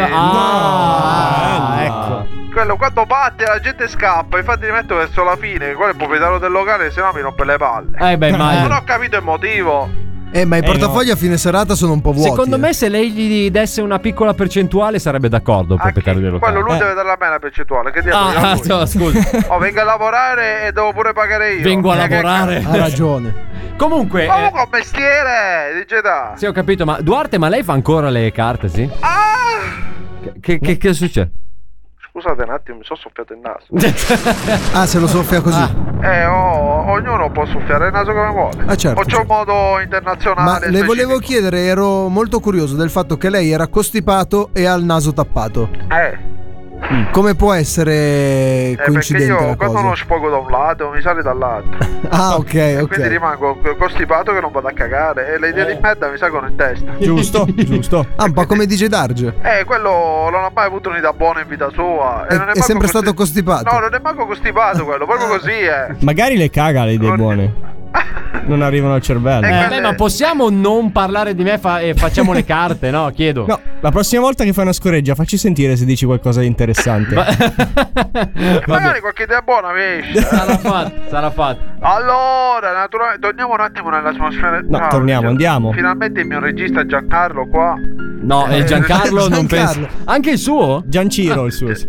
Ecco. Quello quando parte la gente scappa, infatti li metto verso la fine, quello è il proprietario del locale, se no mi rompe le palle. Non ho capito il motivo. Ma i portafogli a fine serata sono un po' vuoti. Secondo me se lei gli desse una piccola percentuale sarebbe d'accordo il proprietario del locale. Quello lui deve dare a me la percentuale. Che no, scusa. Vengo a lavorare e devo pure pagare io. Vengo a lavorare. Ha ragione. Comunque un mestiere, dice da. Sì, ho capito, ma Duarte, ma lei fa ancora le carte, sì? Che succede? Scusate un attimo, mi sono soffiato il naso. Se lo soffia così. Ognuno può soffiare il naso come vuole. Certo, o c'è un modo internazionale. Ma le specifico. volevo chiedere, ero molto curioso del fatto che lei era costipato e ha il naso tappato. Come può essere coincidente perché io la quando cosa? non sfogo da un lato mi sale dall'altro. Ok. Quindi rimango costipato che non vado a cagare e le idee di merda mi salgono in testa. Giusto. Un po' come DJ Darge. Quello non ha mai avuto un'idea buona in vita sua. E non è sempre stato costipato. No, non è manco costipato quello, proprio così Magari le caga le idee buone. Non arrivano al cervello. Ma possiamo non parlare di me e facciamo le carte, no? Chiedo. No, la prossima volta che fai una scoreggia facci sentire se dici qualcosa di interessante. Magari qualche idea buona mi esce. Sarà fatto. Allora, naturalmente, torniamo un attimo nell'atmosfera. No, torniamo, andiamo. Finalmente il mio regista Giancarlo qua. No, è Giancarlo, non penso. Anche il suo? Gianciro il suo.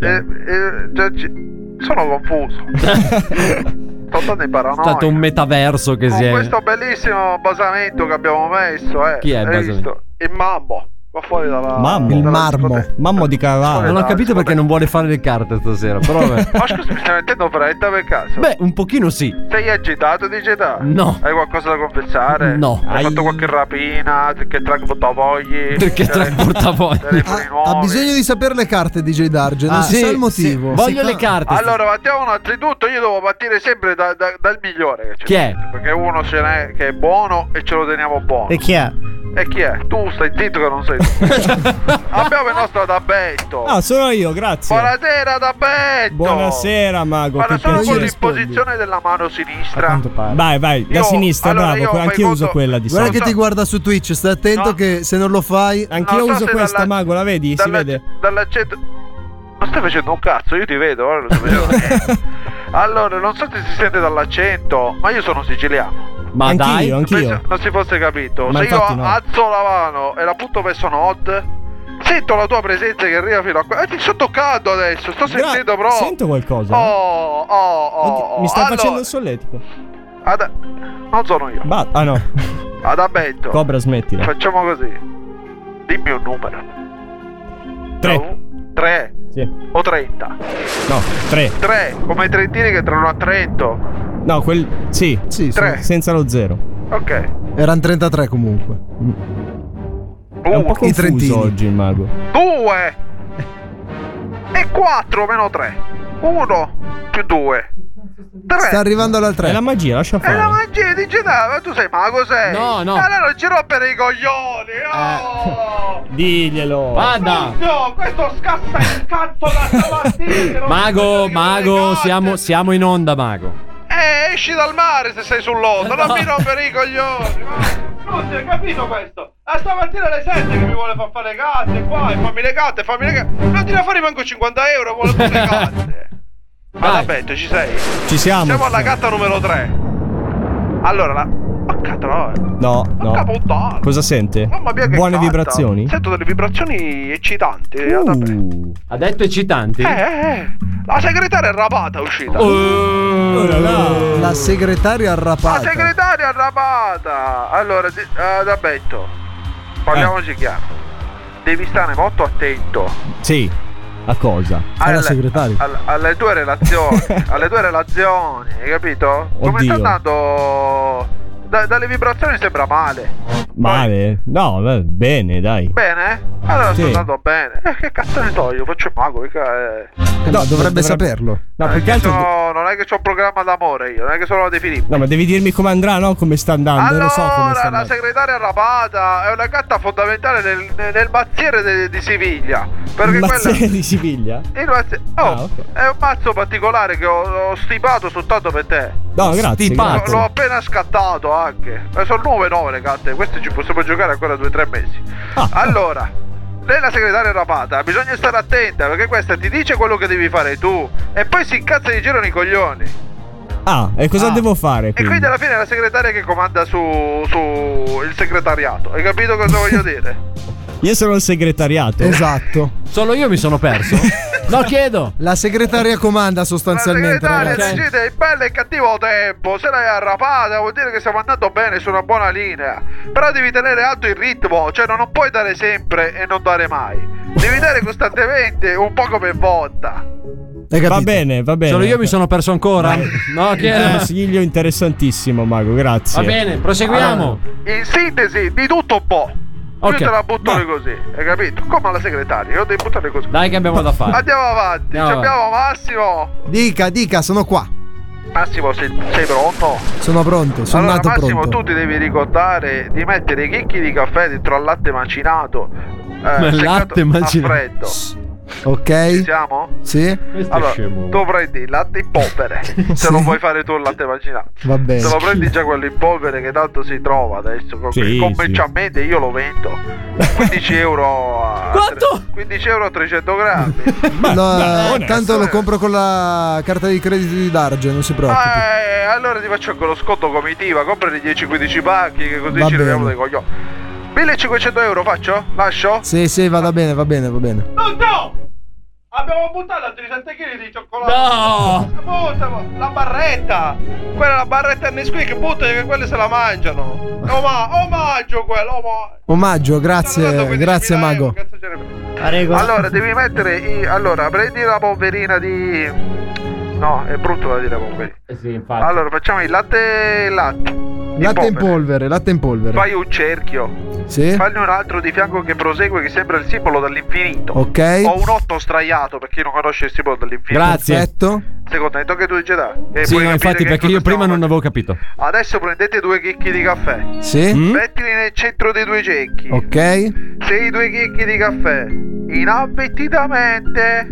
Sono confuso. È stato un metaverso che si è. Questo bellissimo basamento che abbiamo messo, Chi è il basamento? Il Mammo. Va fuori dalla. Il marmo. Mammo di cavallo. Non ho capito perché non vuole fare le carte stasera. Però ma scusa, mi stai mettendo fretta per caso? Beh, un pochino sì. Sei agitato di età? No. Hai qualcosa da confessare? No. Hai fatto qualche rapina? Che track portavogli? Perché track portavogli? Ha bisogno di sapere le carte DJ Darge. Non si sa il motivo. Sì. Voglio le carte. Allora, partiamo innanzitutto. Io devo partire sempre dal migliore che c'è. Chi è? Perché uno ce n'è che è buono e ce lo teniamo buono. E chi è? E chi è? Tu stai zitto che non sei tu. Abbiamo il nostro Adabetto. Sono io, grazie. Buonasera Adabetto. Buonasera Mago. Guarda, sono con l'imposizione della mano sinistra. Vai, da sinistra, bravo. Anch'io uso quella di Guarda solito. che ti guarda su Twitch, stai attento che se non lo fai. Anch'io uso questa, Mago, la vedi? Si vede? Dall'accento. Non stai facendo un cazzo, io ti vedo, non sto facendo Allora, non so se si sente dall'accento, ma io sono siciliano. Ma anch'io. Non si fosse capito. Ma se io no. alzo la mano e la butto verso nord, sento la tua presenza che arriva fino a qua. Ti sto toccando adesso, sto sentendo proprio. Sento qualcosa. Mi sta facendo il solletico. Non sono io. No. Adabetto. Cobra, smettila. Facciamo così. Dimmi un numero. 3. Sì. O 30. No, 3. 3, come i trentini che trovano a Trento. No, sì, 3. Senza lo 0. Ok. Erano 33 comunque. È un po' confuso oggi il mago. 2 e 4 meno 3. 1 più 2. 3. Sta arrivando alla 3. È la magia, lascia fare. È la magia, dice ma tu sei mago, sei? No. Allora non ci rompere i coglioni. Diglielo. Vada. No, questo scassa il cazzo da stamattina. Mago, siamo in onda, Mago. Esci dal mare se sei sull'onda, non mi rompere i coglioni. Non si è capito questo? Stamattina alle 7 che mi vuole far fare le carte qua, e fammi le carte. Non tira fuori manco 50 euro, vuole fare le carte. Adabetto, ci sei? Ci siamo. Siamo alla carta numero 3. Allora, No. puttana. Cosa sente? Mamma mia, che buone carta. vibrazioni? Sento delle vibrazioni eccitanti. Ha detto eccitanti? La segretaria arrabata è uscita. La segretaria arrapata. La segretaria arrabata. Allora, Adabetto, parliamoci chiaro. Devi stare molto attento. Sì. A cosa? Alla segretaria. Alle tue relazioni. Hai capito? Come sta andando dalle vibrazioni sembra male. Male? No, bene, dai. Bene? Allora Sì. sto andando bene. Che cazzo ne so io? Faccio il mago, mica No, dovrebbe saperlo. No, più che altro. non è che c'ho un programma d'amore io, non è che sono De Filippo. No, ma devi dirmi come andrà, no? Come sta andando. Io lo so come sta Allora, la andando. segretaria rapata è una carta fondamentale nel mazziere di Siviglia. Perché Il quella. mazziere di Siviglia? Il mazziere. Oh, è un mazzo particolare che ho stipato soltanto per te. No, grazie. grazie. L'ho appena scattato anche. Sono 9 le carte. Queste ci possiamo giocare ancora 2-3 mesi. Allora, nella segretaria rapata bisogna stare attenta, perché questa ti dice quello che devi fare tu e poi si incazza e gli girano i coglioni. E cosa devo fare? E quindi alla fine è la segretaria che comanda su il segretariato. Hai capito cosa voglio dire? Io sono il segretariato. Esatto. Solo io mi sono perso. No, chiedo. La segretaria comanda sostanzialmente, La segretaria ragazzi. decide il bello e il cattivo tempo. Se l'hai arrapata vuol dire che stiamo andando bene su una buona linea. Però devi tenere alto il ritmo. Cioè non puoi dare sempre e non dare mai. Devi dare costantemente, un po' come volta. Va bene, va bene. Solo io mi sono perso ancora. No, chiedo. Consiglio interessantissimo, Mago, grazie. Va bene, proseguiamo. Allora, in sintesi, di tutto un po'. Ok. Io te la butto così, hai capito? Come alla segretaria, io devo buttare così. Dai che abbiamo da fare. Andiamo avanti, Andiamo abbiamo Massimo. Dica, sono qua. Massimo, sei pronto? Sono pronto, sono Allora nato Massimo, pronto. tu ti devi ricordare di mettere i chicchi di caffè dentro al latte macinato. Latte macinato. A freddo. Ok. Ci siamo? Sì. Allora, tu prendi il latte in polvere. Se non vuoi fare tu il latte macinato. Va bene. Se lo prendi già quello in polvere che tanto si trova adesso. Commercialmente io lo vendo 15 euro a. Quanto? 15 euro a 300 grammi. No, tanto lo compro con la carta di credito di Darge, non si preoccupi. Allora ti faccio anche lo sconto comitiva. Comprati 10-15 pacchi che così Va ci leviamo bene. dei coglioni. 1500 euro faccio? Lascio? Sì, vada bene, va bene. No! Abbiamo buttato altri 7 kg di cioccolato. No! Butta, la barretta. Quella è la barretta Nesquik, butta che quelle se la mangiano. Omaggio quello. Omaggio, grazie Mago. Allora devi mettere allora prendi la polverina di. No, è brutto da dire polverina. Sì, infatti. Allora facciamo il latte. Latte in polvere. Fai un cerchio. Sì. Fagli un altro di fianco che prosegue, che sembra il simbolo dall'infinito. Ok. Ho un 8 straiato per chi non conosce il simbolo dall'infinito. Grazie. Perfetto. Sei contento che tu dici da? Sì, no, infatti perché io prima non avevo capito. Adesso prendete 2 chicchi di caffè. Sì. Mettili nel centro dei 2 cecchi. Ok. Se i 2 chicchi di caffè inavvertitamente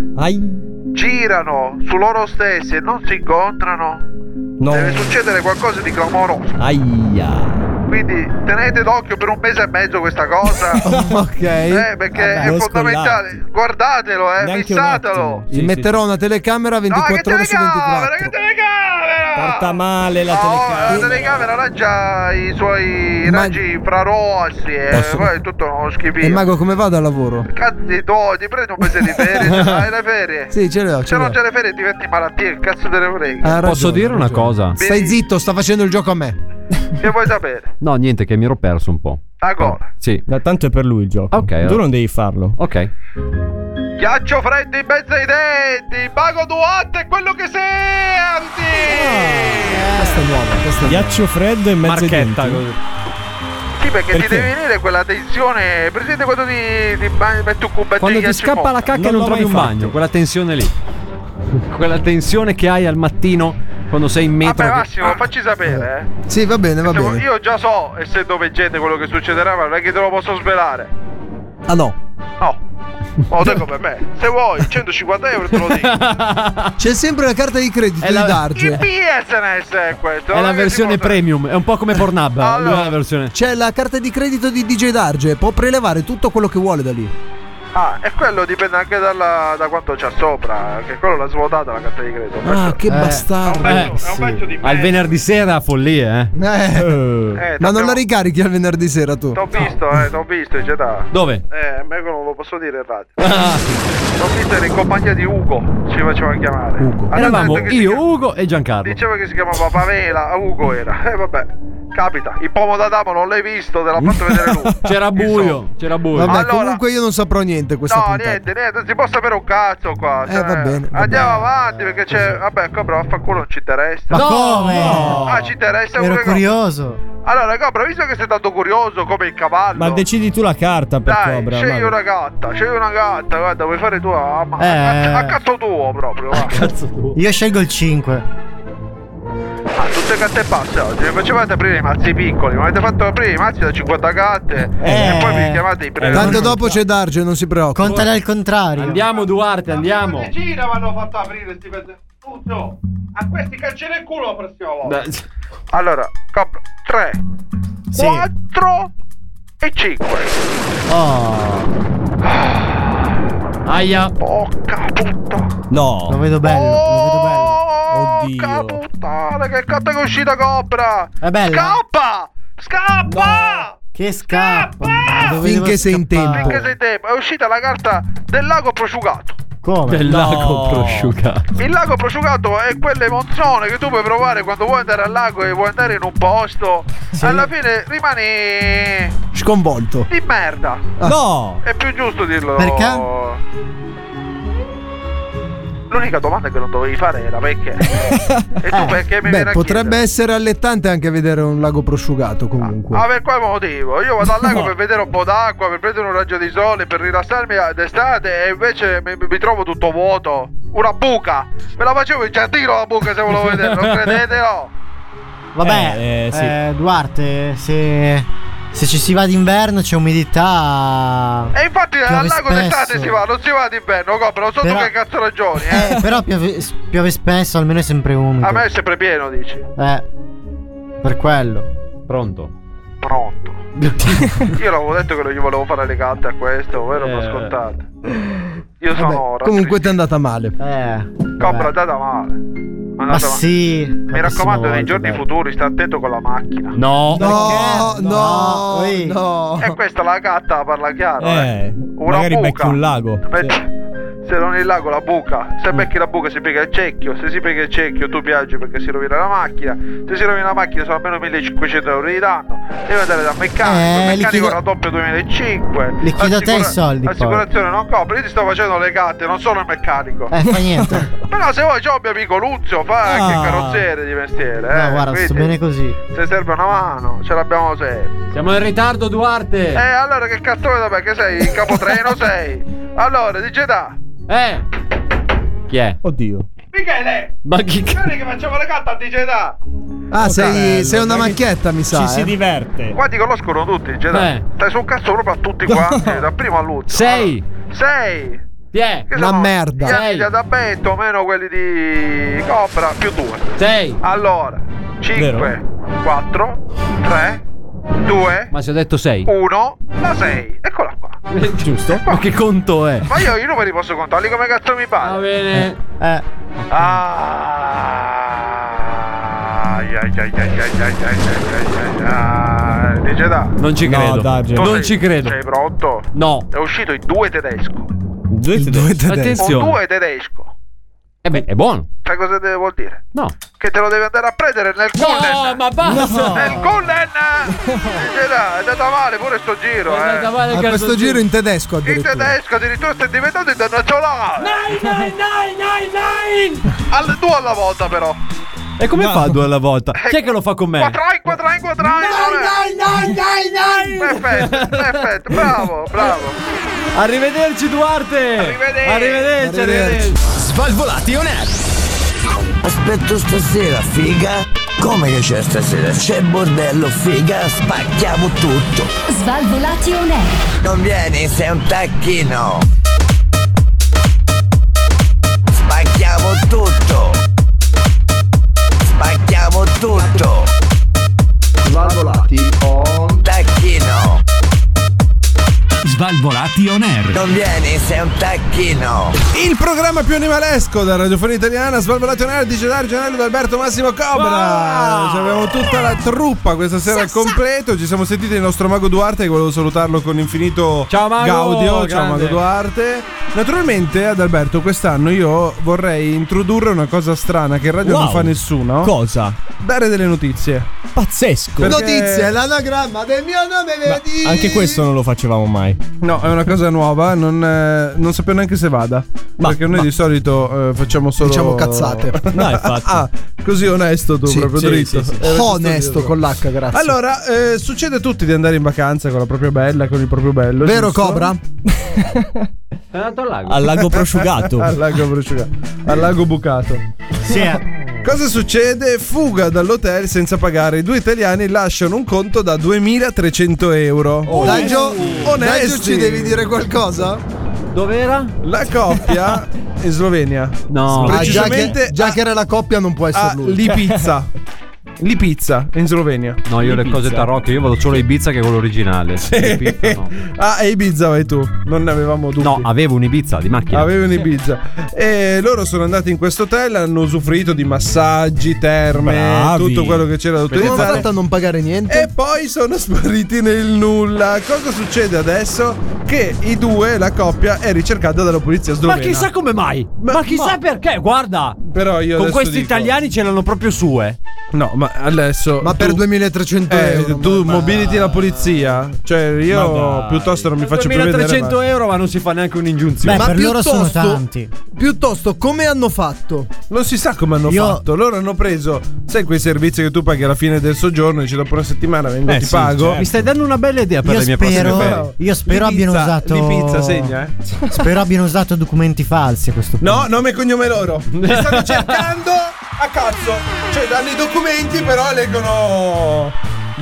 girano su loro stessi e non si incontrano, deve succedere qualcosa di clamoroso. Quindi tenete d'occhio per 1 mese e mezzo questa cosa. Ok. Perché è fondamentale. Guardatelo, fissatelo. Gli metterò una telecamera 24 ore su 24. Che telecamera! Porta male la telecamera. La telecamera ha già i suoi raggi infrarossi e poi è tutto uno schifo. E Mago, come va dal lavoro? Cazzi tuoi, ti prendi un mese di ferie. Hai le ferie? Sì, ce le ho. Se non c'è le ferie diventi malattia, che cazzo te ne frega? Posso dire una cosa? Stai zitto, sta facendo il gioco a me. Che vuoi sapere? No, niente, che mi ero perso un po'. Ancora? Sì. Tanto è per lui il gioco. Ok. Tu non devi farlo. Ok. Ghiaccio freddo in mezzo ai denti. Mago Duarte è quello che senti. Questa è nuova. Ghiaccio freddo in mezzo ai Marchetta. denti. Sì, perché ti Perché? deve venire quella tensione. Presente quando ti metti un cubettino Quando di ti ghiaccio scappa in la bocca? cacca e non trovi un bagno, quella tensione lì. Quella tensione che hai al mattino quando sei in metro. Vabbè Massimo, facci sapere, Sì, va bene, va bene. Io già so, essendo veggente, quello che succederà, ma non è che te lo posso svelare. Ah no. No. Lo dico per me. Se vuoi 150 euro te lo dico. C'è sempre la carta di credito di Il Darge. PSNS è questo. È la versione premium, è un po' come Pornhub. Allora. Lui ha la versione. C'è la carta di credito di DJ Darge. Può prelevare tutto quello che vuole da lì. Ah, e quello dipende anche da quanto c'ha sopra. Che quello l'ha svuotata la carta di credito. Ah, che bastardo. È un pezzo di Al venerdì sera follie, Ma non la ricarichi al venerdì sera tu? T'ho visto in città. Dove? A me non lo posso dire in radio. T'ho visto ero in compagnia di Ugo. Ci faceva chiamare. Eravamo io, Ugo e Giancarlo. Diceva che si chiamava Pamela. Ugo era. Vabbè. capita. Il pomo d'Adamo non l'hai visto, te l'ha fatto vedere lui. C'era buio. Vabbè, Allora, comunque io non saprò niente questa no, puntata. niente, non si può sapere un cazzo qua. Va bene. Andiamo avanti perché c'è. Vabbè, Cobra, vaffanculo, non ci interessa. Ma come? Ah, ci interessa Ero pure curioso. Allora, Cobra, visto che sei tanto curioso come il cavallo. Ma decidi tu la carta per dai, Cobra. scegli una gatta, guarda, vuoi fare tu a cazzo tuo proprio. Va. Io scelgo il 5. Tutte gatte basse oggi. Mi facevate aprire i mazzi piccoli, mi avete fatto aprire i mazzi da 50 gatte e poi mi chiamate i premi. Tanto dopo c'è Darge, non si preoccupa. Contale al contrario. Andiamo, Duarte, andiamo. Decina mi hanno fatto aprire sti pezzi. Tutto. A questi calci nel culo la prossima volta. Allora, 3, 4 e 5. Aia. Porca puttana. No. Lo vedo bello. Oddio. Puttana, che cazzo è uscita Cobra? È bella. Scappa! Che scappa. Finché sei in tempo. È uscita la carta del lago prosciugato. Come? Del lago prosciugato. Il lago prosciugato è quell'emozione che tu puoi provare quando vuoi andare al lago e vuoi andare in un posto. Alla fine rimani sconvolto. di merda. No! È più giusto dirlo. Perché? L'unica domanda che non dovevi fare era perché. E tu perché mi viene a potrebbe chiedere? essere allettante anche vedere un lago prosciugato comunque. Per quale motivo? Io vado al lago per vedere un po' d'acqua, per prendere un raggio di sole, per rilassarmi d'estate e invece mi trovo tutto vuoto. Una buca! Me la facevo in giardino la buca se volevo vedere, non credete no? Vabbè, sì. Duarte, se ci si va d'inverno c'è umidità. E infatti piove al lago d'estate spesso. si va, non si va d'inverno, Cobra, non so Però- tu che cazzo ragioni, Però piove spesso, almeno è sempre umido. A me è sempre pieno, dici. Per quello. Pronto. Io l'avevo detto che non gli volevo fare le gatte a questo, voi non lo ascoltate. Io sono Comunque ti è andata male. Cobra, è andata male. Ma sì. Mi raccomando, nei giorni futuri sta attento con la macchina. No. No. E questa la gatta parla chiaro, Una magari buca. becchi un lago. Se non il lago la buca. Se becchi la buca si piega il cecchio. Se si piega il cecchio tu piangi perché si rovina la macchina. Se si rovina la macchina sono almeno 1500 euro di danno. Devi andare dal meccanico. Il meccanico raddoppio 2005. Liquido te i soldi poi. L'assicurazione non copre. Io ti sto facendo le gatte, non sono il meccanico. Fa niente. Però se vuoi c'ho il mio amico Luzio, fa anche il carrozziere di mestiere. No, guarda, sto bene così. Se serve una mano, ce l'abbiamo sempre. Siamo in ritardo, Duarte. Allora che cazzo vuoi da me? Che sei? Il capotreno sei? Allora, dice da. Chi è? Oddio. Michele! Ma chi Guarda che facciamo le gatte a dice da. Sei una macchietta, mi sa. Ci si diverte. Qua ti conoscono tutti, Jedi. Stai sul cazzo proprio a tutti quanti, da primo all'ultimo. 6. 6. Chi è? Una merda. Gli anni di Adabetto meno quelli di Cobra più 2. 6. Allora, 5, 4, 3, 2. Ma se ho detto 6. 1, la 6. Eccola qua. Giusto? Ma che conto è? Ma io i numeri posso contarli come cazzo mi pare. Va bene. Dice da. Non ci credo. Non ci credo. Sei pronto? No. È uscito il 2 tedesco. Due tedesco. Attenzione. Un 2 tedesco. Beh, è buono. Sai cosa vuol dire? No. Che te lo devi andare a prendere nel Kullen. No, ma basta. Nel Kullen. Dice da, è andata male pure sto giro. È andata male A questo giro in tedesco In addirittura. tedesco addirittura stai diventando internazionale. Nine. Due alla volta però. E come fa 2 alla volta? Chi è che lo fa con me? Quattrai. Perfetto, bravo. Arrivederci, Duarte. Arrivederci. Svalvolati on air. Aspetto stasera, figa. Come che c'è stasera? C'è bordello, figa. Spacchiamo tutto. Svalvolati on air. Non vieni, sei un tacchino. Spacchiamo tutto. Spacchiamo tutto. Svalvolati on tacchino. Svalvolati Svalvolati on air. Non vieni, sei un tacchino. Il programma più animalesco della radiofonia italiana, Svalvolati on air, dice Gianello d'Alberto Massimo Cobra. Abbiamo tutta la truppa questa sera al completo. Ci siamo sentiti il nostro Mago Duarte, che volevo salutarlo con infinito gaudio. Ciao Mago Duarte. Naturalmente ad Alberto quest'anno io vorrei introdurre una cosa strana che in radio non fa nessuno. Cosa? Dare delle notizie. Pazzesco. Notizie, l'anagramma del mio nome, vedi? Anche questo non lo facevamo mai. No, è una cosa nuova, non sapevo neanche se vada. Perché noi di solito facciamo solo, diciamo, cazzate. No, infatti. Così onesto tu, proprio dritto. Onesto con l'H, grazie. Allora, succede a tutti di andare in vacanza con la propria bella, con il proprio bello. Vero, giusto? Cobra? È andato al lago. Al lago prosciugato. Al lago prosciugato. Al lago bucato. Sì. Cosa succede? Fuga dall'hotel senza pagare. I due italiani lasciano un conto da 2.300 euro. Daggio, onesti. ci devi dire qualcosa? Dov'era? La coppia in Slovenia. No. Precisamente già che era la coppia non può essere lui. Lipizza. Lipizza in Slovenia. No, io le cose tarocche, io vado solo a Ibiza, che è quello originale. Ibiza, no. Ah, e Ibiza vai tu. Non ne avevamo dubbi. No, avevo un Ibiza di macchina. Avevo un Ibiza. E loro sono andati in questo hotel, hanno usufruito di massaggi, terme, bravi, tutto quello che c'era da Come hanno utilizzare. fatto a non pagare niente? E poi sono spariti nel nulla. Cosa succede adesso? Che i due, la coppia, è ricercata dalla polizia slovena. Ma chissà come mai? Ma chissà perché? Guarda, Però io con adesso questi dico- italiani ce l'hanno proprio sue. No, ma adesso. Ma per 2.300 euro. Tu mobiliti la polizia. Cioè, io piuttosto non mi faccio più vedere. 1.300 euro, ma non si fa neanche un'ingiunzione. Beh, Ma per loro sono piuttosto- tanti. Piuttosto, come hanno fatto? Non si sa come hanno Io- fatto. Loro hanno preso, sai, quei servizi che tu paghi alla fine del soggiorno, dici dopo una settimana vengo, ti sì, pago. certo. Mi stai dando una bella idea per Io le mie prossime ferie. spero abbiano usato. Di pizza segna, Spero abbiano usato documenti falsi a questo punto. No, nome e cognome loro. Mi stanno cercando a cazzo. Cioè, danno i documenti, però leggono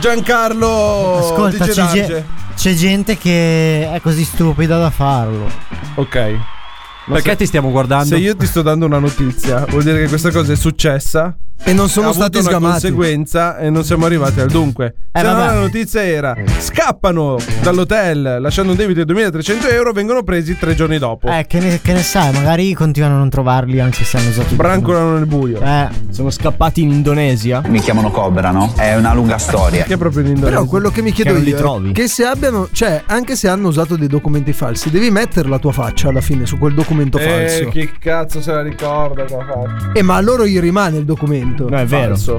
Giancarlo. Ascolta, di Gedarge. c'è gente che è così stupida da farlo. Ok. Perché ti stiamo guardando? Se io ti sto dando una notizia, vuol dire che questa cosa è successa. E non sono ha avuto stati una sgamati. conseguenza e non siamo arrivati al dunque. Se no, vabbè. la notizia era: scappano dall'hotel lasciando un debito di 2.300 euro, vengono presi 3 giorni dopo. Che ne sai, magari continuano a non trovarli anche se hanno usato. Brancolano nel buio. Sono scappati in Indonesia. Mi chiamano Cobra, no? È una lunga storia. Che è proprio in Indonesia. Però quello che mi chiedo Che non li io trovi. è che se abbiano, cioè, anche se hanno usato dei documenti falsi, devi mettere la tua faccia alla fine su quel documento falso. Chi cazzo se la ricorda che ha fatto? Ma a loro gli rimane il documento. No, è vero. Falso.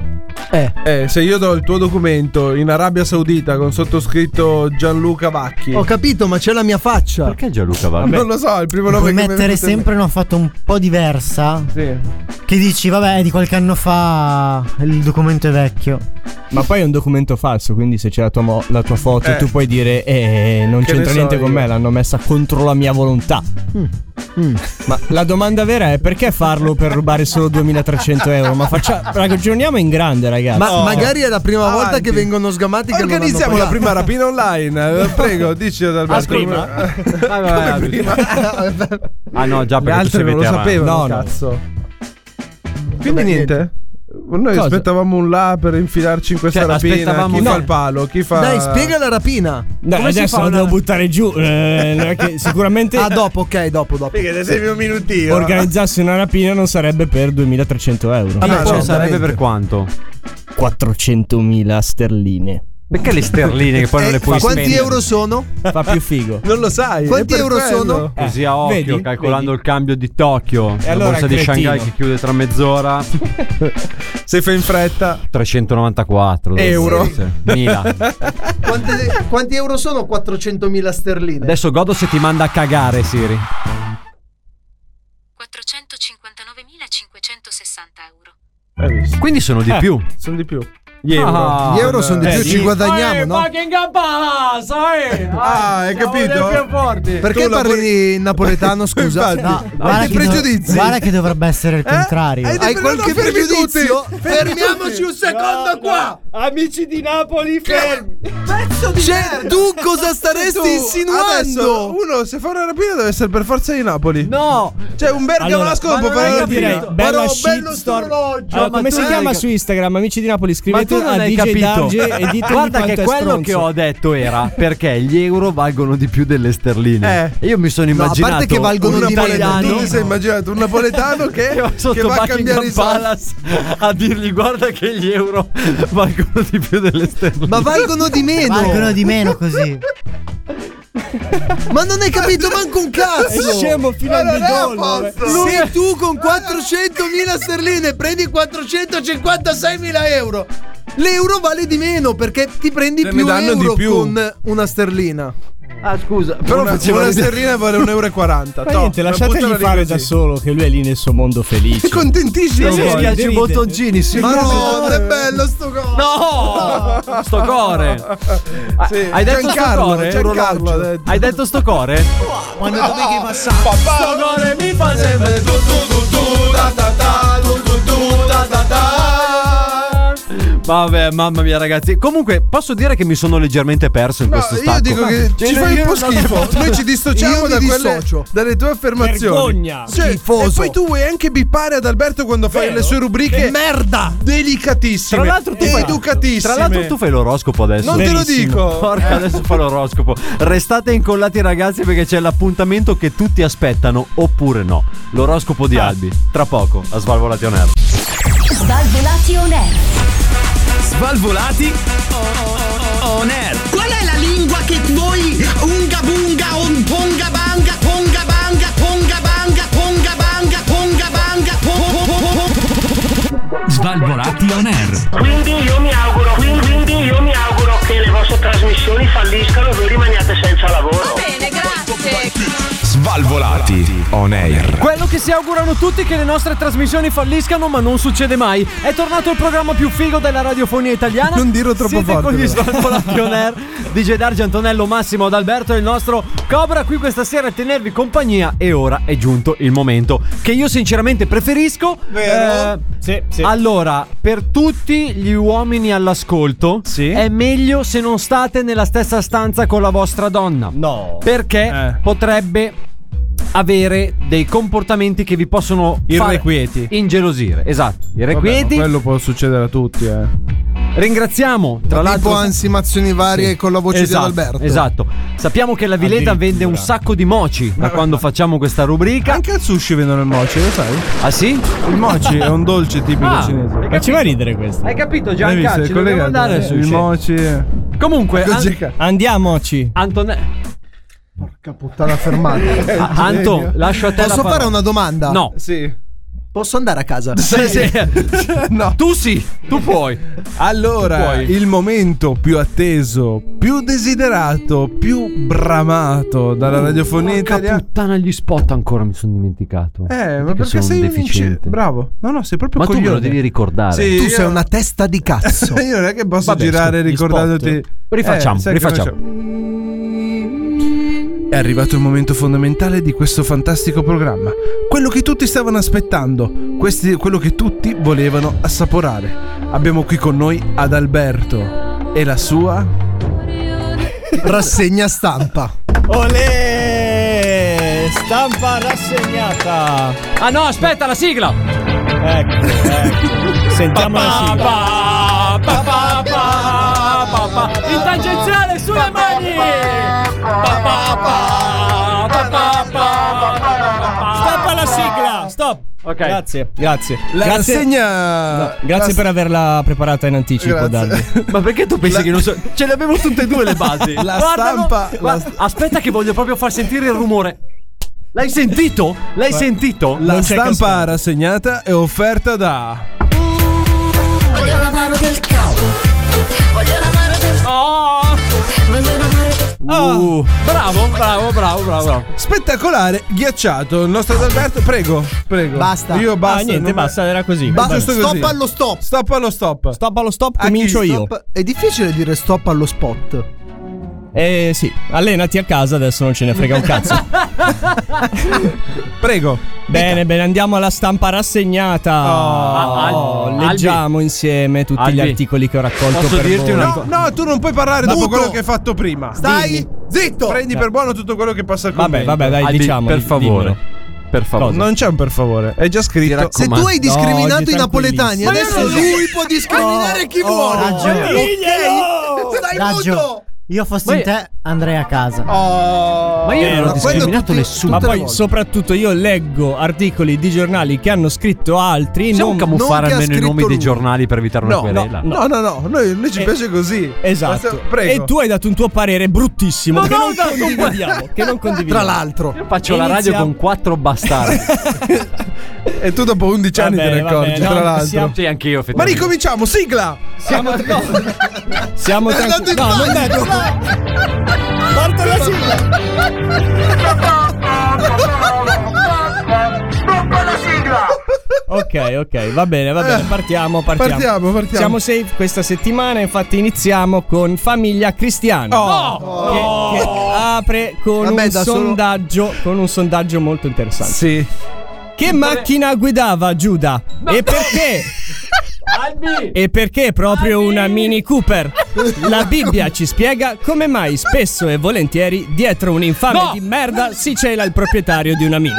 Se io do il tuo documento in Arabia Saudita con sottoscritto Gianluca Vacchi. Ho capito, ma c'è la mia faccia. Perché Gianluca Vacchi? Non lo so, il primo nome Puoi che mi è mettere venuto in sempre una foto un po' diversa. Sì. Che dici, vabbè, di qualche anno fa il documento è vecchio. Ma poi è un documento falso, quindi se c'è la tua foto tu puoi dire non Che c'entra ne so niente con io. me, l'hanno messa contro la mia volontà. Ma la domanda vera è: perché farlo per rubare solo 2.300 euro? Ma ragioniamo in grande, ragazzi. Ma magari è la prima volta Avanti. che vengono sgamati che Organizziamo non la hanno prima rapina online. Prego, dici ad Alberto. Come prima? Ah no, già Le perché tu altre sei non lo veterano. sapevano, No, no. cazzo. Quindi niente. Noi Cosa? aspettavamo un là per infilarci in questa Cioè, rapina. aspettavamo Chi un fa no. il palo? Chi fa. Dai, spiega la rapina. Dai, Come si adesso fa lo una- devo buttare giù. Non è che sicuramente Ah, dopo, ok, dopo. Sei un minutino. organizzarsi una rapina non sarebbe per 2.300 euro. Vabbè, Poi no, sarebbe per quanto? 400.000 sterline. Perché le sterline che poi non le puoi Quanti spendere? euro sono? Fa più figo. Non lo sai. Quanti è per euro quello. sono? Così a occhio, vedi? calcolando Vedi? il cambio di Tokyo. La allora, borsa di cretino. Shanghai che chiude tra mezz'ora. Se fai in fretta. 394 Euro. Mila. Quanti euro sono 400.000 sterline? Adesso godo se ti manda a cagare, Siri. 459.560 euro. Hai visto? Quindi sono di più. Sono di più. Gli euro. Ah, Gli euro sono di più, ci guadagniamo, no? Hai capito? Perché Tu parli in napoletano, scusa? Infatti. No, Hai pregiudizi? guarda che dovrebbe essere il contrario. Hai Hai qualche fermi pregiudizio? tutti. Fermiamoci un secondo qua! Amici di Napoli, fermi. Pezzo di merda! Tu cosa staresti Adesso insinuando? uno se fa una rapina deve essere per forza di Napoli. No. Cioè un Bergamo Allora, la scopo ma per io la direi rapina. bella Bello shitstorm. strologio. Allora, come tu si chiama dica- su Instagram? Amici di Napoli, Ma scriveteci tu non hai DJ capito. Darge e ditegli Guarda che quanto è quello stronzo. che ho detto era perché gli euro valgono di più delle sterline. E io mi sono immaginato a parte che valgono un di meno, italiano Tu ti sei immaginato un napoletano che va sotto va a cambiare Buckingham i soldi. Palace a dirgli guarda che gli euro valgono di più delle sterline. Ma valgono di meno. Valgono di meno così. Ma non hai capito manco un cazzo. È scemo fino al midollo. Se tu con 400.000 sterline prendi 456.000 euro, l'euro vale di meno perché ti prendi Te ne più danno di euro più. con una sterlina. Ah scusa, però Una sterlina vale 1,40 Ma niente, lasciategli fare da solo, che lui è lì nel suo mondo felice. È contentissimo. mi poi. spiace i bottoncini, sì. Ma no, è bello sto coso. No! Sto core. Sì. Hai detto sto core? Giancarlo ha detto. Hai detto sto core? Quando dovevi passare. Sto core mi fa sempre Vabbè, mamma mia ragazzi. Comunque posso dire che mi sono leggermente perso in questo stacco. Io dico che ci fai un po' schifo. Noi ci dissociamo Io da mi quelle, dissocio. dalle tue affermazioni. Vergogna. Cioè, Schifoso. e poi tu vuoi anche bippare ad Alberto quando fai le sue rubriche. Che merda. Delicatissime. Tra l'altro tu fai educatissime. Tra l'altro tu fai l'oroscopo adesso. Non te lo Verissimo. dico. Porca, adesso fa l'oroscopo. Restate incollati ragazzi perché c'è l'appuntamento che tutti aspettano oppure no. L'oroscopo di Albi. Tra poco a Svalvolati on Air. Svalvolati on air. Svalvolati on air. Qual è la lingua che voi unga bunga un ponga banga ponga banga ponga banga ponga banga ponga banga Svalvolati on air. Quindi io mi auguro che le vostre trasmissioni falliscano e voi rimaniate senza lavoro. bene, grazie. Svalvolati on air. Quello che si augurano tutti è che le nostre trasmissioni falliscano, ma non succede mai. È tornato il programma più figo della radiofonia italiana. Non dirlo troppo Siete forte, con gli però. Svalvolati on air. DJ Darge, Antonello, Massimo, Adalberto e il nostro Cobra qui questa sera a tenervi compagnia. E ora è giunto il momento che io sinceramente preferisco. Vero? Sì. Allora, per tutti gli uomini all'ascolto, Sì. è meglio se non state nella stessa stanza con la vostra donna. No. Perché potrebbe avere dei comportamenti che vi possono Irrequieti. ingelosire. Esatto, Vabbè, irrequieti. ma quello può succedere a tutti, Ringraziamo tra l'altro Tipo ansimazioni varie con la voce esatto, di Adalberto. Esatto. Sappiamo che la Vileda vende un sacco di mochi da quando facciamo questa rubrica. Anche al sushi vendono il mochi, lo sai? Ah sì? Il mochi è un dolce tipico cinese. Ma ci va a ridere questo? Hai capito Hai Gianca? visto? Ci È dobbiamo collegato. andare al Il sushi. mochi. Comunque Andiamoci. Porca puttana fermata. Anto, lascio a te la Posso parola. fare una domanda? No. Sì. Posso andare a casa? Sì. No. Tu sì, tu puoi. Allora, Puoi. il momento più atteso, più desiderato, più bramato dalla radiofonia Porca italiana. puttana, gli spot ancora mi sono dimenticato. Ma perché sono sei un un deficiente. Bravo. No, sei proprio Ma tu me coglione. lo devi ricordare. Sì, Tu io- sei una testa di cazzo. Io non è che posso Vabbè, girare gli ricordandoti. Rifacciamo, sai che rifacciamo. È arrivato il momento fondamentale di questo fantastico programma. Quello che tutti stavano aspettando. Quello che tutti volevano assaporare. Abbiamo qui con noi Adalberto e la sua rassegna stampa. Olè! Stampa rassegnata. Ah no, aspetta, la sigla. Ecco. Sentiamo la sigla. In tangenziale sulle mani. Stoppa la sigla. Stop. Ok. Grazie. La rassegna. No, grazie per averla preparata in anticipo, Grazie. Dalli. Ma perché tu pensi che non so? Ce le avevo tutte e due le basi. La Guardalo. stampa. Guarda, aspetta che voglio proprio far sentire il rumore. L'hai sentito? L'hai sentito? La Non c'è stampa cascato. rassegnata è offerta da Voglio la mano del capo. Voglio la mano del Oh! Voglio la mano del Bravo. spettacolare ghiacciato. Il nostro Adalberto, prego. Basta. Io basta. Niente, non- basta, era così. Giusto così. Stop allo stop. Stop allo stop. Stop allo stop, A chi? comincio io. Stop. È difficile dire stop allo spot. Sì, allenati a casa, adesso non ce ne frega un cazzo. Prego. Bene, andiamo alla stampa rassegnata. Albi. Leggiamo insieme tutti Albi. gli articoli che ho raccolto Posso per dirti voi. una No, no, tu non puoi parlare dopo quello che hai fatto prima. Stai zitto. Prendi per buono tutto quello che passa al commento. Vabbè, dai, Albi, diciamo. per favore. Per favore. Non c'è un per favore, è già scritto. Se tu hai discriminato i napoletani, adesso lui può discriminare chi vuole. Stai muto. Io fossi in te, andrei a casa. Ma io non ho discriminato nessuno. Ma poi soprattutto io leggo articoli di giornali che hanno scritto altri. Possiamo camuffare almeno i nomi dei giornali per evitare una querela? No, noi ci piace così. Esatto. Prego. E tu hai dato un tuo parere bruttissimo che non condividiamo. Tra l'altro, io faccio la radio con 4 bastardi. E tu dopo 11 anni te ne accorgi, tra l'altro. Sì, anche io. Ma ricominciamo, sigla! Siamo tranquilli. No, non detto. Porta la sigla. Ok, va bene, partiamo. Siamo safe questa settimana, infatti iniziamo con Famiglia Cristiano. Che apre con un sondaggio molto interessante. Sì. Che macchina guidava Giuda? E perché? E perché proprio una Mini Cooper? La Bibbia ci spiega come mai spesso e volentieri dietro un infame di merda si cela il proprietario di una Mini.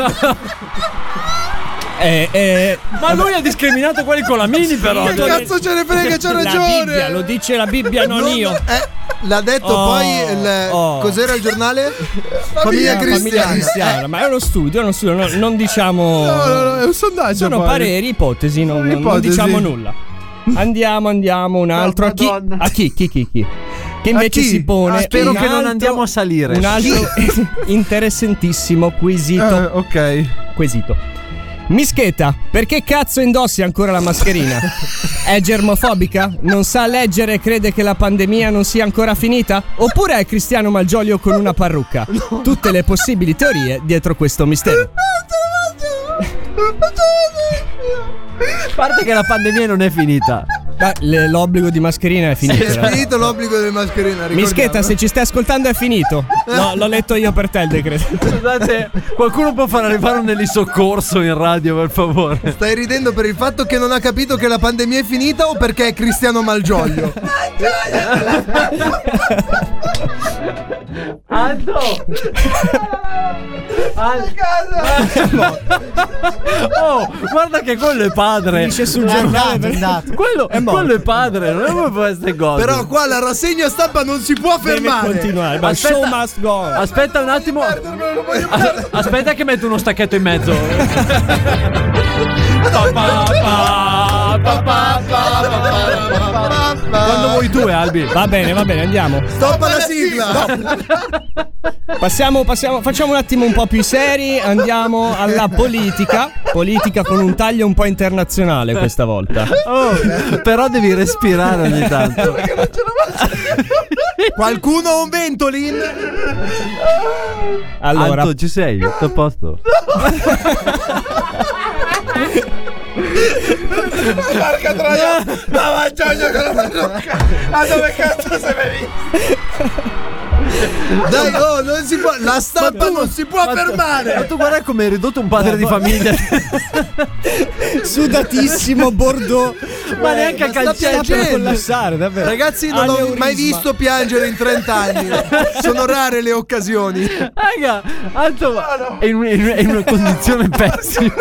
Ma lui ha discriminato quelli con la Mini, però. Che cazzo ce ne frega, c'ha ragione. Bibbia, lo dice la Bibbia, non io. L'ha detto poi cos'era il giornale? Famiglia Cristiana. Ma è uno studio, non diciamo. No, è un sondaggio. Sono pareri, ipotesi, non diciamo nulla. Andiamo un altro. A chi? Che invece si pone. Spero che non andiamo a salire. Un altro interessantissimo quesito. Quesito. Mischeta, perché cazzo indossi ancora la mascherina? È germofobica? Non sa leggere e crede che la pandemia non sia ancora finita? Oppure è Cristiano Malgioglio con una parrucca? Tutte le possibili teorie dietro questo mistero. A parte che la pandemia non è finita. L'obbligo di mascherina è finito. È finito l'obbligo di mascherina. Mischeta, se ci stai ascoltando è finito. No, l'ho letto io per te il decreto. Scusate, qualcuno può far arrivare un elisoccorso in radio, per favore? Stai ridendo per il fatto che non ha capito che la pandemia è finita o perché è Cristiano Malgioglio? Anto! Oh, guarda che quello è padre. Dice sul giornale. Quello è padre, non è come queste cose. Però qua la rassegna stampa non si può fermare. Deve continuare. Show must go on. Aspetta un attimo. Aspetta che metto uno stacchetto in mezzo. Quando vuoi tu, Albi. Va bene, andiamo. Stop la sigla. Passiamo, facciamo un attimo un po' più seri. Andiamo alla politica. Politica con un taglio un po' internazionale questa volta. Però devi respirare ogni tanto. Qualcuno ha un Ventolin? Allora, Anto, ci sei? Tutto a posto? Marca troia! Ma Giorgio con la parrucca! Ma dove cazzo sei venuto? Dai, non si può. La stampa non si può fermare. Ma tu guarda come hai ridotto un padre di famiglia. Sudatissimo, bordeaux. Ma neanche a calcetto per collassare, davvero. Ragazzi, non ho mai visto piangere in 30 anni. Sono rare le occasioni. Raga, Anto è in una condizione pessima.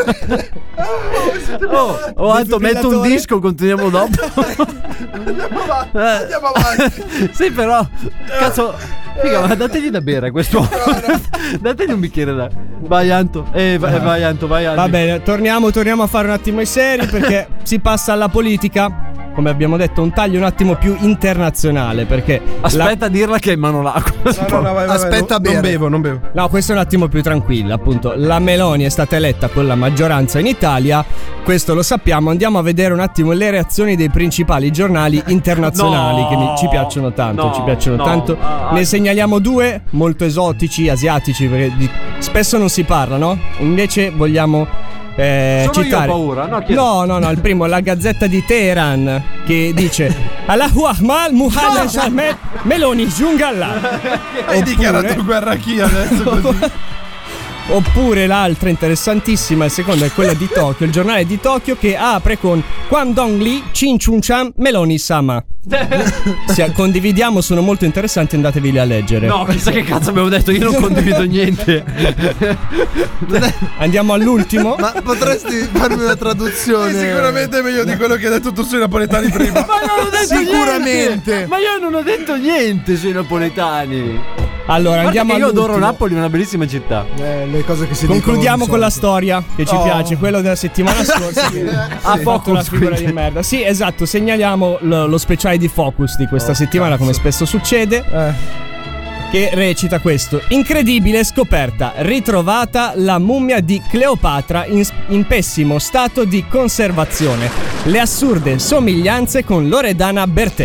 Anto, metto un disco, continuiamo dopo. Andiamo avanti. Sì, però cazzo, figa, ma dategli da bere quest'uomo. Dategli un bicchiere da. Vai Anto. Vai Anto. Va bene, torniamo a fare un attimo i seri, perché si passa alla politica. Come abbiamo detto, un taglio un attimo più internazionale, perché aspetta a dirla che è in mano l'acqua. No, vai, aspetta, non bevo. No, questo è un attimo più tranquillo. Appunto, la Meloni è stata eletta con la maggioranza in Italia. Questo lo sappiamo. Andiamo a vedere un attimo le reazioni dei principali giornali internazionali che ci piacciono tanto. Ne segnaliamo due molto esotici, asiatici, perché spesso non si parla, no? Invece vogliamo citare. Io ho paura. No, il primo, la Gazzetta di Teheran, che dice Allahu Ahmal Muhammad Ahmed Meloni giunga là. Hai dichiarato guerra a chi adesso così? Oppure l'altra interessantissima, il secondo è quella di Tokyo, il giornale di Tokyo che apre con Kwangdong Li Chin Chun Chan Meloni Sama. Condividiamo, sono molto interessanti, andatevi a leggere. No, chissà che cazzo abbiamo detto, io non condivido niente. Andiamo all'ultimo. Ma potresti farmi una traduzione? Sicuramente è meglio di quello che hai detto tu sui napoletani prima. Ma non ho detto sicuramente niente. Ma io non ho detto niente sui napoletani. Allora andiamo io all'ultimo. adoro Napoli, è una bellissima città. Le cose che si concludiamo dicono con la storia che ci piace, quello della settimana scorsa. Ah, Focus, una figura di merda. Sì, esatto, segnaliamo lo speciale di Focus di questa settimana, come spesso succede. Che recita questo: incredibile scoperta, ritrovata la mummia di Cleopatra in pessimo stato di conservazione, le assurde somiglianze con Loredana Bertè.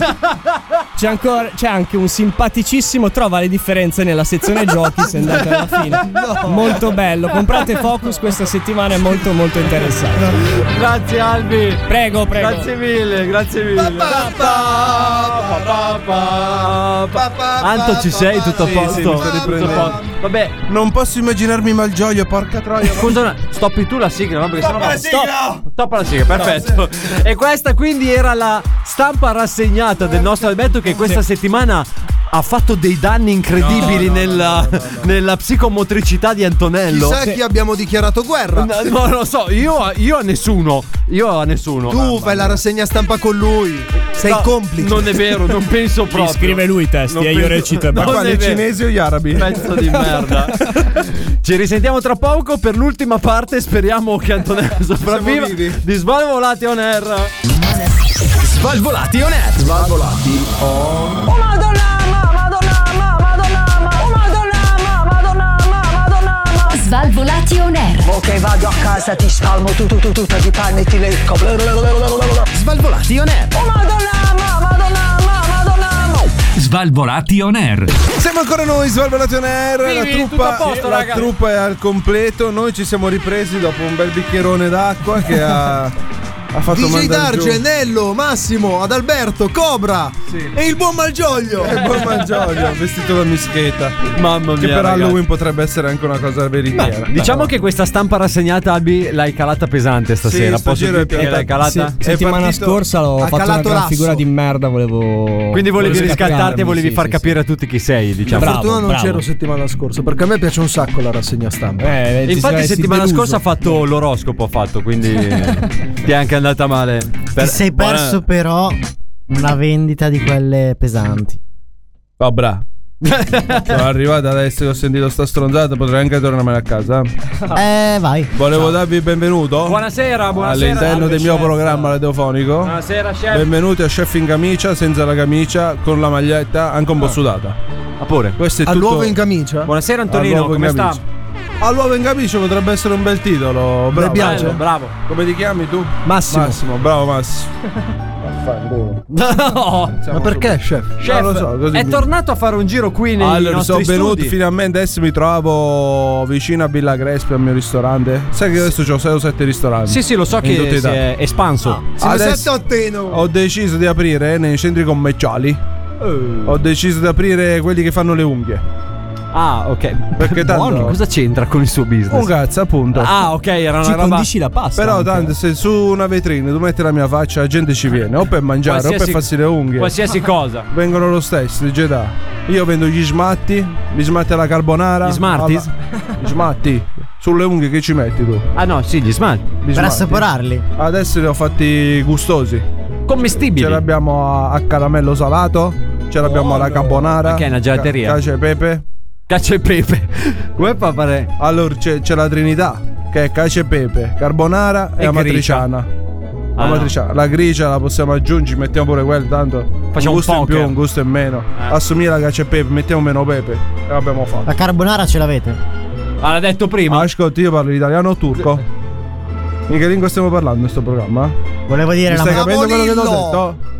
C'è anche un simpaticissimo trova le differenze nella sezione giochi, se andate alla fine. Molto bello, comprate Focus questa settimana, è molto molto interessante. Grazie Albi. Prego. Grazie mille. Anto, ci sei? Tutto a posto? Sì, mi sto riprendendo. Vabbè, non posso immaginarmi Malgioglio, porca troia. Scusa, stoppi tu la sigla, no? Perché Stoppa sennò la sigla! Stoppa la sigla, perfetto. E questa quindi era la stampa rassegnata del nostro Alberto, che questa settimana ha fatto dei danni incredibili nella psicomotricità di Antonello. Chissà chi abbiamo dichiarato guerra. No, non lo so, io a nessuno. Tu fai la rassegna stampa con lui. Sei complice. Non è vero, non penso proprio. Li scrive lui i testi e io recito. Ma quali, cinesi o gli arabi? Pezzo di merda. Ci risentiamo tra poco per l'ultima parte. Speriamo che Antonello sopravviva. Di Svalvolati on Air. Svalvolati on Air. Svalvolati on. Oh Madonna, Svalvolati on Air. Ok, vado a casa, ti spalmo tutta di panne e ti lecco. Svalvolati on Air. Oh Madonna. Svalvolati on Air. Siamo ancora noi, Svalvolati on Air. La truppa è al completo. Noi ci siamo ripresi dopo un bel bicchierone d'acqua che ha fatto DJ Darge, giù. Nello, Massimo, Adalberto, Cobra e il buon Malgioglio. Il buon Malgioglio vestito da mischeta. Mamma mia, che per ragazzi, Halloween potrebbe essere anche una cosa veritiera. Diciamo che questa stampa rassegnata, Albi, l'hai calata pesante stasera. Sì, Posso dire che l'hai calata? Settimana scorsa ho fatto una gran figura di merda. Quindi volevi riscattarti e volevi far capire a tutti chi sei, diciamo. Per fortuna non c'ero settimana scorsa, perché a me piace un sacco la rassegna stampa. Infatti settimana scorsa ha fatto l'oroscopo, quindi ti è anche andata male. Ti sei perso però una vendita di quelle pesanti. Oh, bravo. Sono arrivato adesso che ho sentito sta stronzata, potrei anche tornarmene a casa. Vai. Volevo darvi il benvenuto. Buonasera. All'interno del mio programma radiofonico. Buonasera, chef. Benvenuti a Chef in camicia, senza la camicia, con la maglietta anche un po' sudata. Pure. Questo è all'uovo in camicia. Buonasera Antonino, come sta? All'uovo in camicia potrebbe essere un bel titolo. Bravo. piace? Bravo. Come ti chiami tu? Massimo. Bravo Massimo. No. Ma perché, chef? Chef, lo so, così è tornato a fare un giro qui nei nostri sono venuto studi. finalmente. Adesso mi trovo vicino a Villa Crespi, al mio ristorante. Sai che adesso ho 6 o 7 ristoranti. Sì, lo so che si è espanso. Adesso ho deciso di aprire nei centri commerciali. Ho deciso di aprire quelli che fanno le unghie. Ah, ok. Perché tanto buono, cosa c'entra con il suo business? Un cazzo, appunto. Ah, ok, era una roba. Condisci la pasta. Però anche. tanto se su una vetrina tu metti la mia faccia, la gente ci viene o per mangiare o per farsi le unghie. Qualsiasi cosa. Vengono lo stesso, di Jeddah. Io vendo gli smatti alla carbonara. Gli Smarties? Gli smatti. Sulle unghie che ci metti tu? Ah no, sì, gli smatti. Per assaporarli. Adesso li ho fatti gustosi. Commestibili. Ce l'abbiamo a caramello salato. Ce l'abbiamo alla carbonara. Che è una gelateria. Cacio e pepe. Cacio e pepe. Come fa a fare? Allora c'è la Trinità, che è cacio e pepe, carbonara e amatriciana. Amatriciana. La grigia la possiamo aggiungere, mettiamo pure quella, tanto facciamo un gusto un in più, un gusto in meno. Assomiglia alla cacio e pepe, mettiamo meno pepe. E l'abbiamo fatto. La carbonara ce l'avete? Ah, l'ha detto prima. Ascolti, io parlo italiano o turco? In che lingua stiamo parlando in questo programma? Volevo dire stai capendo quello che ti ho detto?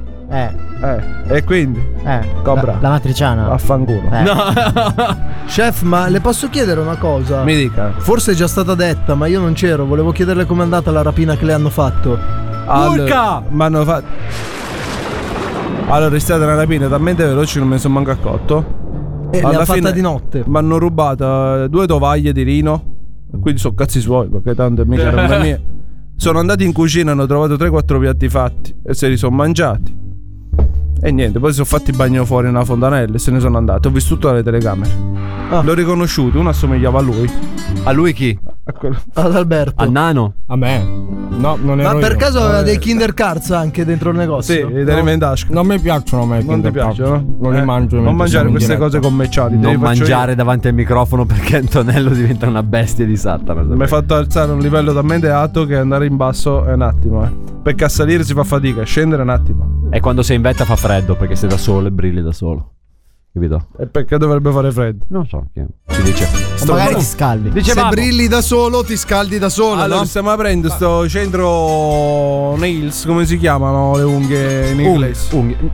E quindi? Cobra. La matriciana. Affanculo. No. Chef, ma le posso chiedere una cosa? Mi dica. Forse è già stata detta, ma io non c'ero. Volevo chiederle com'è andata la rapina che le hanno fatto. Urca! Ma hanno fatto. Allora è stata una rapina talmente veloce che non me ne sono manco accorto. E alla l'ha fatta fine di notte. mi hanno rubato 2 tovaglie di Rino. Quindi sono cazzi suoi, perché tanto è mica erano mie. Sono andati in cucina, hanno trovato 3-4 piatti fatti e se li sono mangiati. E niente, poi si sono fatti il bagno fuori nella fontanella e se ne sono andati. Ho visto tutte le telecamere. L'ho riconosciuto, uno assomigliava a lui. A lui chi? Ad Alberto. A Nano? A me? No, non ero Ma per io. caso aveva dei Kinder Cards anche dentro il negozio? Sì, dei elementasci. Non mi piacciono a me. Non ti piacciono? Non li mangio. Non mangiare queste cose commerciali. Non mangiare davanti al microfono perché Antonello diventa una bestia di Satana. Mi hai fatto alzare un livello talmente alto che andare in basso è un attimo. Perché a salire si fa fatica, a scendere è un attimo. E quando sei in vetta fa freddo perché sei da solo e brilli da solo. Capito? E perché dovrebbe fare freddo? Non so, si dice. Magari ti scaldi. Dicevamo. Se brilli da solo, ti scaldi da solo. Allora, no? stiamo aprendo sto centro nails, come si chiamano le unghie in inglese?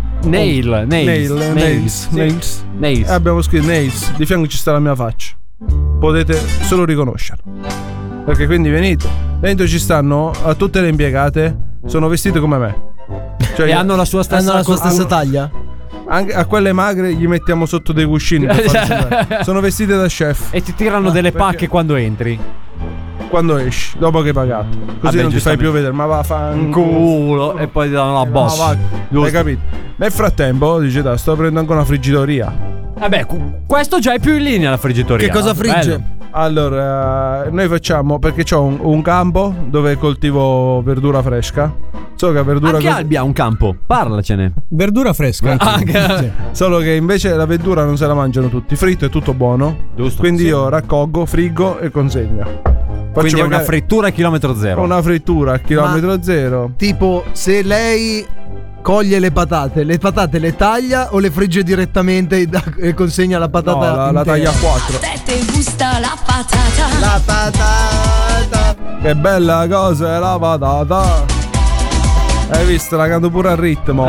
Nails. Abbiamo scritto nails, di fianco ci sta la mia faccia. Potete solo riconoscerlo. Perché quindi venite. Dentro ci stanno a tutte le impiegate, sono vestite come me. Cioè, E hanno la sua stessa, taglia? Anche a quelle magre gli mettiamo sotto dei cuscini per farle sembrare. Sono vestite da chef. E ti tirano delle pacche quando entri. Quando esci, dopo che hai pagato. Così non ti fai più vedere. Ma va un culo. E poi ti danno la bossa. Hai capito? Nel frattempo dice dai, sto aprendo anche una friggitoria. Vabbè, questo già è più in linea la friggitoria. Che cosa frigge? Bello. Allora, noi facciamo, perché c'ho un campo dove coltivo verdura fresca. So che verdura Anche Albi ha un campo, parlacene. Verdura fresca. Sì. Solo che invece la verdura non se la mangiano tutti. Fritto è tutto buono. Giusto. Quindi io raccolgo, friggo e consegno. Quindi è una frittura a chilometro zero. Una frittura a chilometro zero. Tipo, se lei coglie le patate le taglia o le frigge direttamente e consegna la patata? No, la taglia a 4. Te gusta la patata. La patata. Che bella cosa è la patata. Hai visto? La canto pure al ritmo.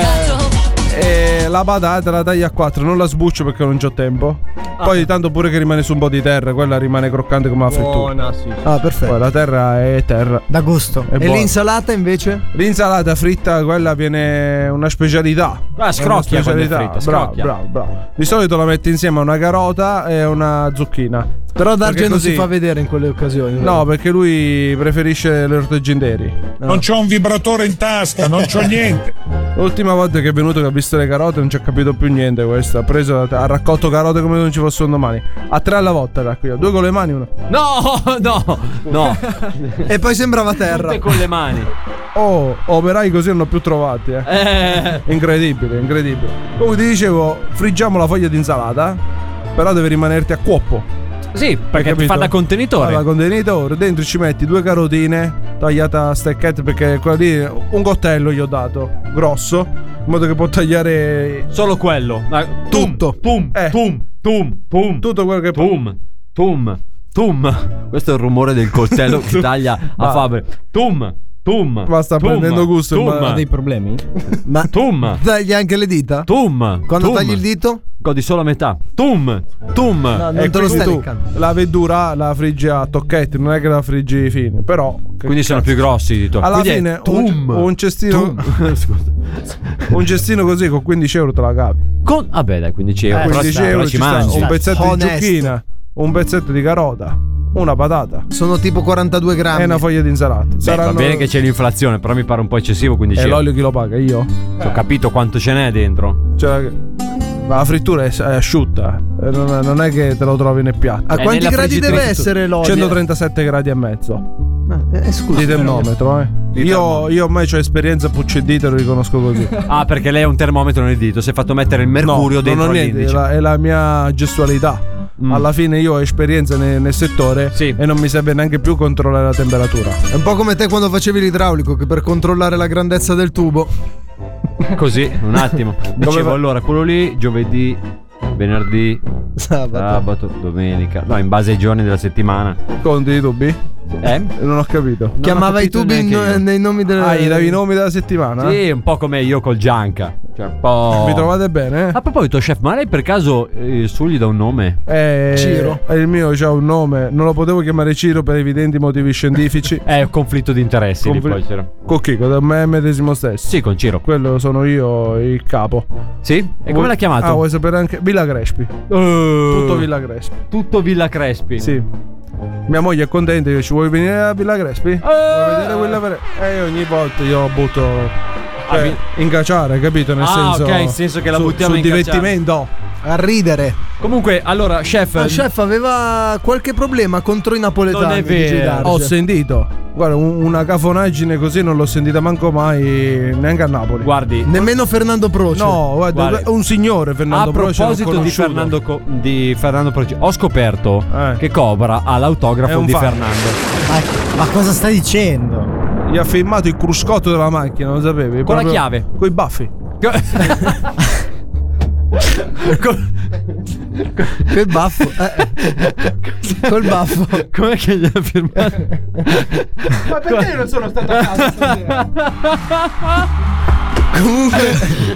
E la patata la taglio a 4. Non la sbuccio perché non c'ho tempo. Poi tanto pure che rimane su un po' di terra, quella rimane croccante come la frittura. Buona, sì. Ah, perfetto. Poi la terra è terra. Da gusto. È E buona. l'insalata invece? L'insalata fritta, quella viene una specialità. Scrocchia quando è fritta, scrocchia. Bravo. Di solito la metti insieme a una carota e una zucchina. Però Darge non così- si fa vedere in quelle occasioni. No, perché lui preferisce le ortaggi interi. Non c'ho un vibratore in tasca, non c'ho niente. L'ultima volta che è venuto che ha visto le carote non ci ha capito più niente questo. Ha raccolto carote come se non ci fossero domani. A 3 alla volta raccoglieva. 2 con le mani, una. No. E poi sembrava terra. Tutte con le mani. Oh, operai così non ho più trovati. Incredibile. Come ti dicevo, friggiamo la foglia di insalata. Però deve rimanerti a cuoppo. Sì, perché ti fa da contenitore. Fa da contenitore. Dentro ci metti 2 carotine tagliate a stecchette, perché quella lì un coltello gli ho dato grosso, in modo che può tagliare solo quello. Tutto. Tutto quello che Tum. Questo è il rumore del coltello che taglia a Fabre. Tum. Ma sta prendendo gusto. Ha dei problemi? Ma tagli anche le dita? Quando tagli il dito? Godi solo a metà. Tum. No, non E te lo quindi stai tu leccando. la verdura la friggi a tocchetti, non è che la friggi fine. Però Quindi sono più grossi di alla fine un cestino un cestino così con 15 euro te la capi. Vabbè dai, 15 euro. 15 euro ci ci sta mangi. un pezzetto Onesto. di zucchina, un pezzetto di carota, una patata Sono tipo 42 grammi. e una foglia di insalata. Va bene che c'è l'inflazione, però mi pare un po' eccessivo 15 E euro. l'olio chi lo paga? Io? Ho capito quanto ce n'è dentro. Cioè, ma la frittura è asciutta. Non è che te lo trovi nel piatto. A quanti nella gradi deve friggitrice essere l'olio? 137 gradi e mezzo Scusa. di termometro, Io ormai ho esperienza pucci te lo riconosco così. Ah, perché lei ha un termometro nel dito. Si è fatto mettere il mercurio No, dentro non ho niente, l'indice. è la mia gestualità. Alla fine io ho esperienza nel settore e non mi serve neanche più controllare la temperatura. È un po' come te quando facevi l'idraulico, che per controllare la grandezza del tubo. Così, un attimo. Dicevo va? allora, quello lì, giovedì, venerdì, sabato, domenica. No, in base ai giorni della settimana. Conti i tubi? Non ho capito. Chiamava i tubi nei nomi delle. Gli davi i nomi della settimana? Sì, un po' come io col Gianca. Cioè, un po'. Vi trovate bene? A proposito, chef, ma lei per caso su gli dà un nome? Ciro. Il mio c'ha un nome. Non lo potevo chiamare Ciro per evidenti motivi scientifici. È un conflitto di interessi. Poi c'era. Con chi? Con me medesimo stesso? Sì, con Ciro. Quello sono io, il capo. Sì? E come l'ha chiamato? Ah, vuoi sapere anche? Villa Crespi. Tutto Villa Crespi. Tutto Villa Crespi. Sì. Mia moglie è contenta, io ci vuoi venire a Villa Crespi? Vuoi vedere quella ogni volta io butto in cacciare, capito? Nel senso, ok, nel senso che la buttiamo in divertimento. A ridere. Comunque, allora, chef. Chef aveva qualche problema contro i napoletani. Non è vero. Ho sentito. Guarda, una cafonaggine così non l'ho sentita manco mai neanche a Napoli. Guardi, nemmeno Fernando Proce. No, guarda, un signore Fernando Proce. A proposito di Fernando Proce, ho scoperto che Cobra ha l'autografo di Fernando. Ma cosa stai dicendo? Gli ha firmato il cruscotto della macchina, lo sapevi? Con la chiave. Coi baffi. Col baffo. Col baffo. Com'è che gli ha firmato? Ma perché io non sono stato a casa stasera? Comunque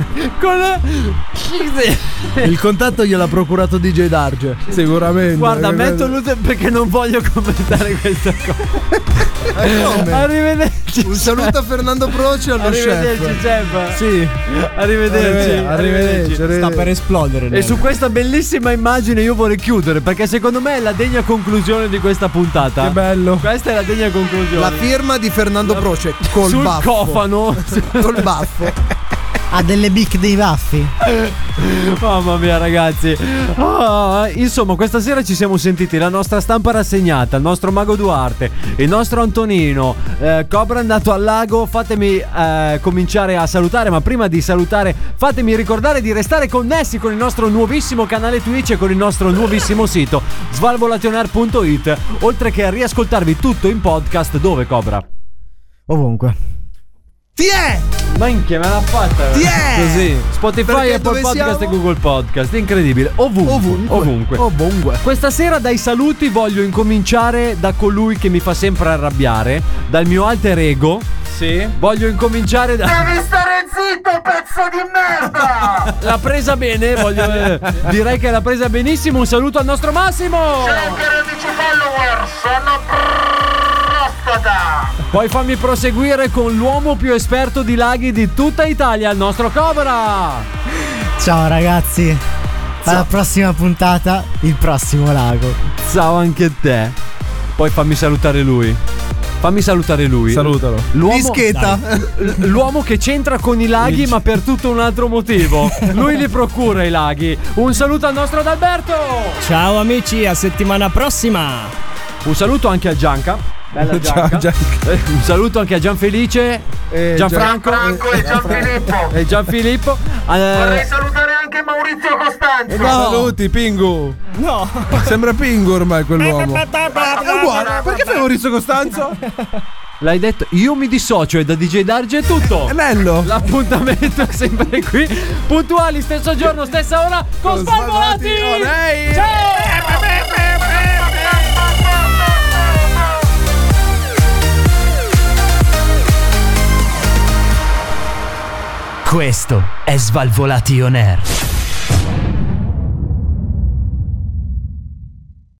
il contatto gliel'ha procurato DJ Darge. Sicuramente. Guarda, metto perché non voglio commentare questa cosa. Arrivederci. Un saluto a Fernando Proce, allo Arrivederci, chef. Sì. Arrivederci. Sta per esplodere. E su questa bellissima immagine io vorrei chiudere, perché secondo me è la degna conclusione di questa puntata. Che bello. Questa è la degna conclusione. La firma di Fernando Proce col sul baffo. cofano. Col baffo. Ha delle bic dei baffi. Mamma mia, ragazzi. Insomma, questa sera ci siamo sentiti la nostra stampa rassegnata, il nostro Mago Duarte, il nostro Antonino, Cobra è andato al lago. Fatemi cominciare a salutare, ma prima di salutare fatemi ricordare di restare connessi con il nostro nuovissimo canale Twitch e con il nostro nuovissimo sito svalvolationair.it, oltre che a riascoltarvi tutto in podcast. Dove, Cobra? Ovunque. Minchia, me l'ha fatta così. Spotify, Perché Apple Podcast siamo? e Google Podcast. Incredibile. Ovunque. Questa sera dai saluti voglio incominciare da colui che mi fa sempre arrabbiare, dal mio alter ego. Sì. Voglio incominciare da... Devi stare zitto, pezzo di merda! L'ha presa bene, direi che l'ha presa benissimo. Un saluto al nostro Massimo. Ciao caro amici follower, sono Prostata! Poi fammi proseguire con l'uomo più esperto di laghi di tutta Italia, il nostro Cobra. Ciao ragazzi. Alla prossima puntata, il prossimo lago. Ciao anche te. Poi fammi salutare lui. Salutalo. L'uomo che c'entra con i laghi, ma per tutto un altro motivo. Lui li procura i laghi. Un saluto al nostro Adalberto. Ciao amici, a settimana prossima. Un saluto anche a Gianca. Bella Gianca. Un saluto anche a Gianfelice, Gianfranco e Gianfilippo. Vorrei salutare anche Maurizio Costanzo. No. Saluti Pingu. No. Sembra Pingu ormai quell'uomo. È uguale. Perché fai Maurizio Costanzo? L'hai detto, io mi dissocio e da DJ Darge è tutto. È bello. L'appuntamento è sempre qui. Puntuali, stesso giorno, stessa ora, con Svalvolati. Ciao. Questo è Svalvolati On Air.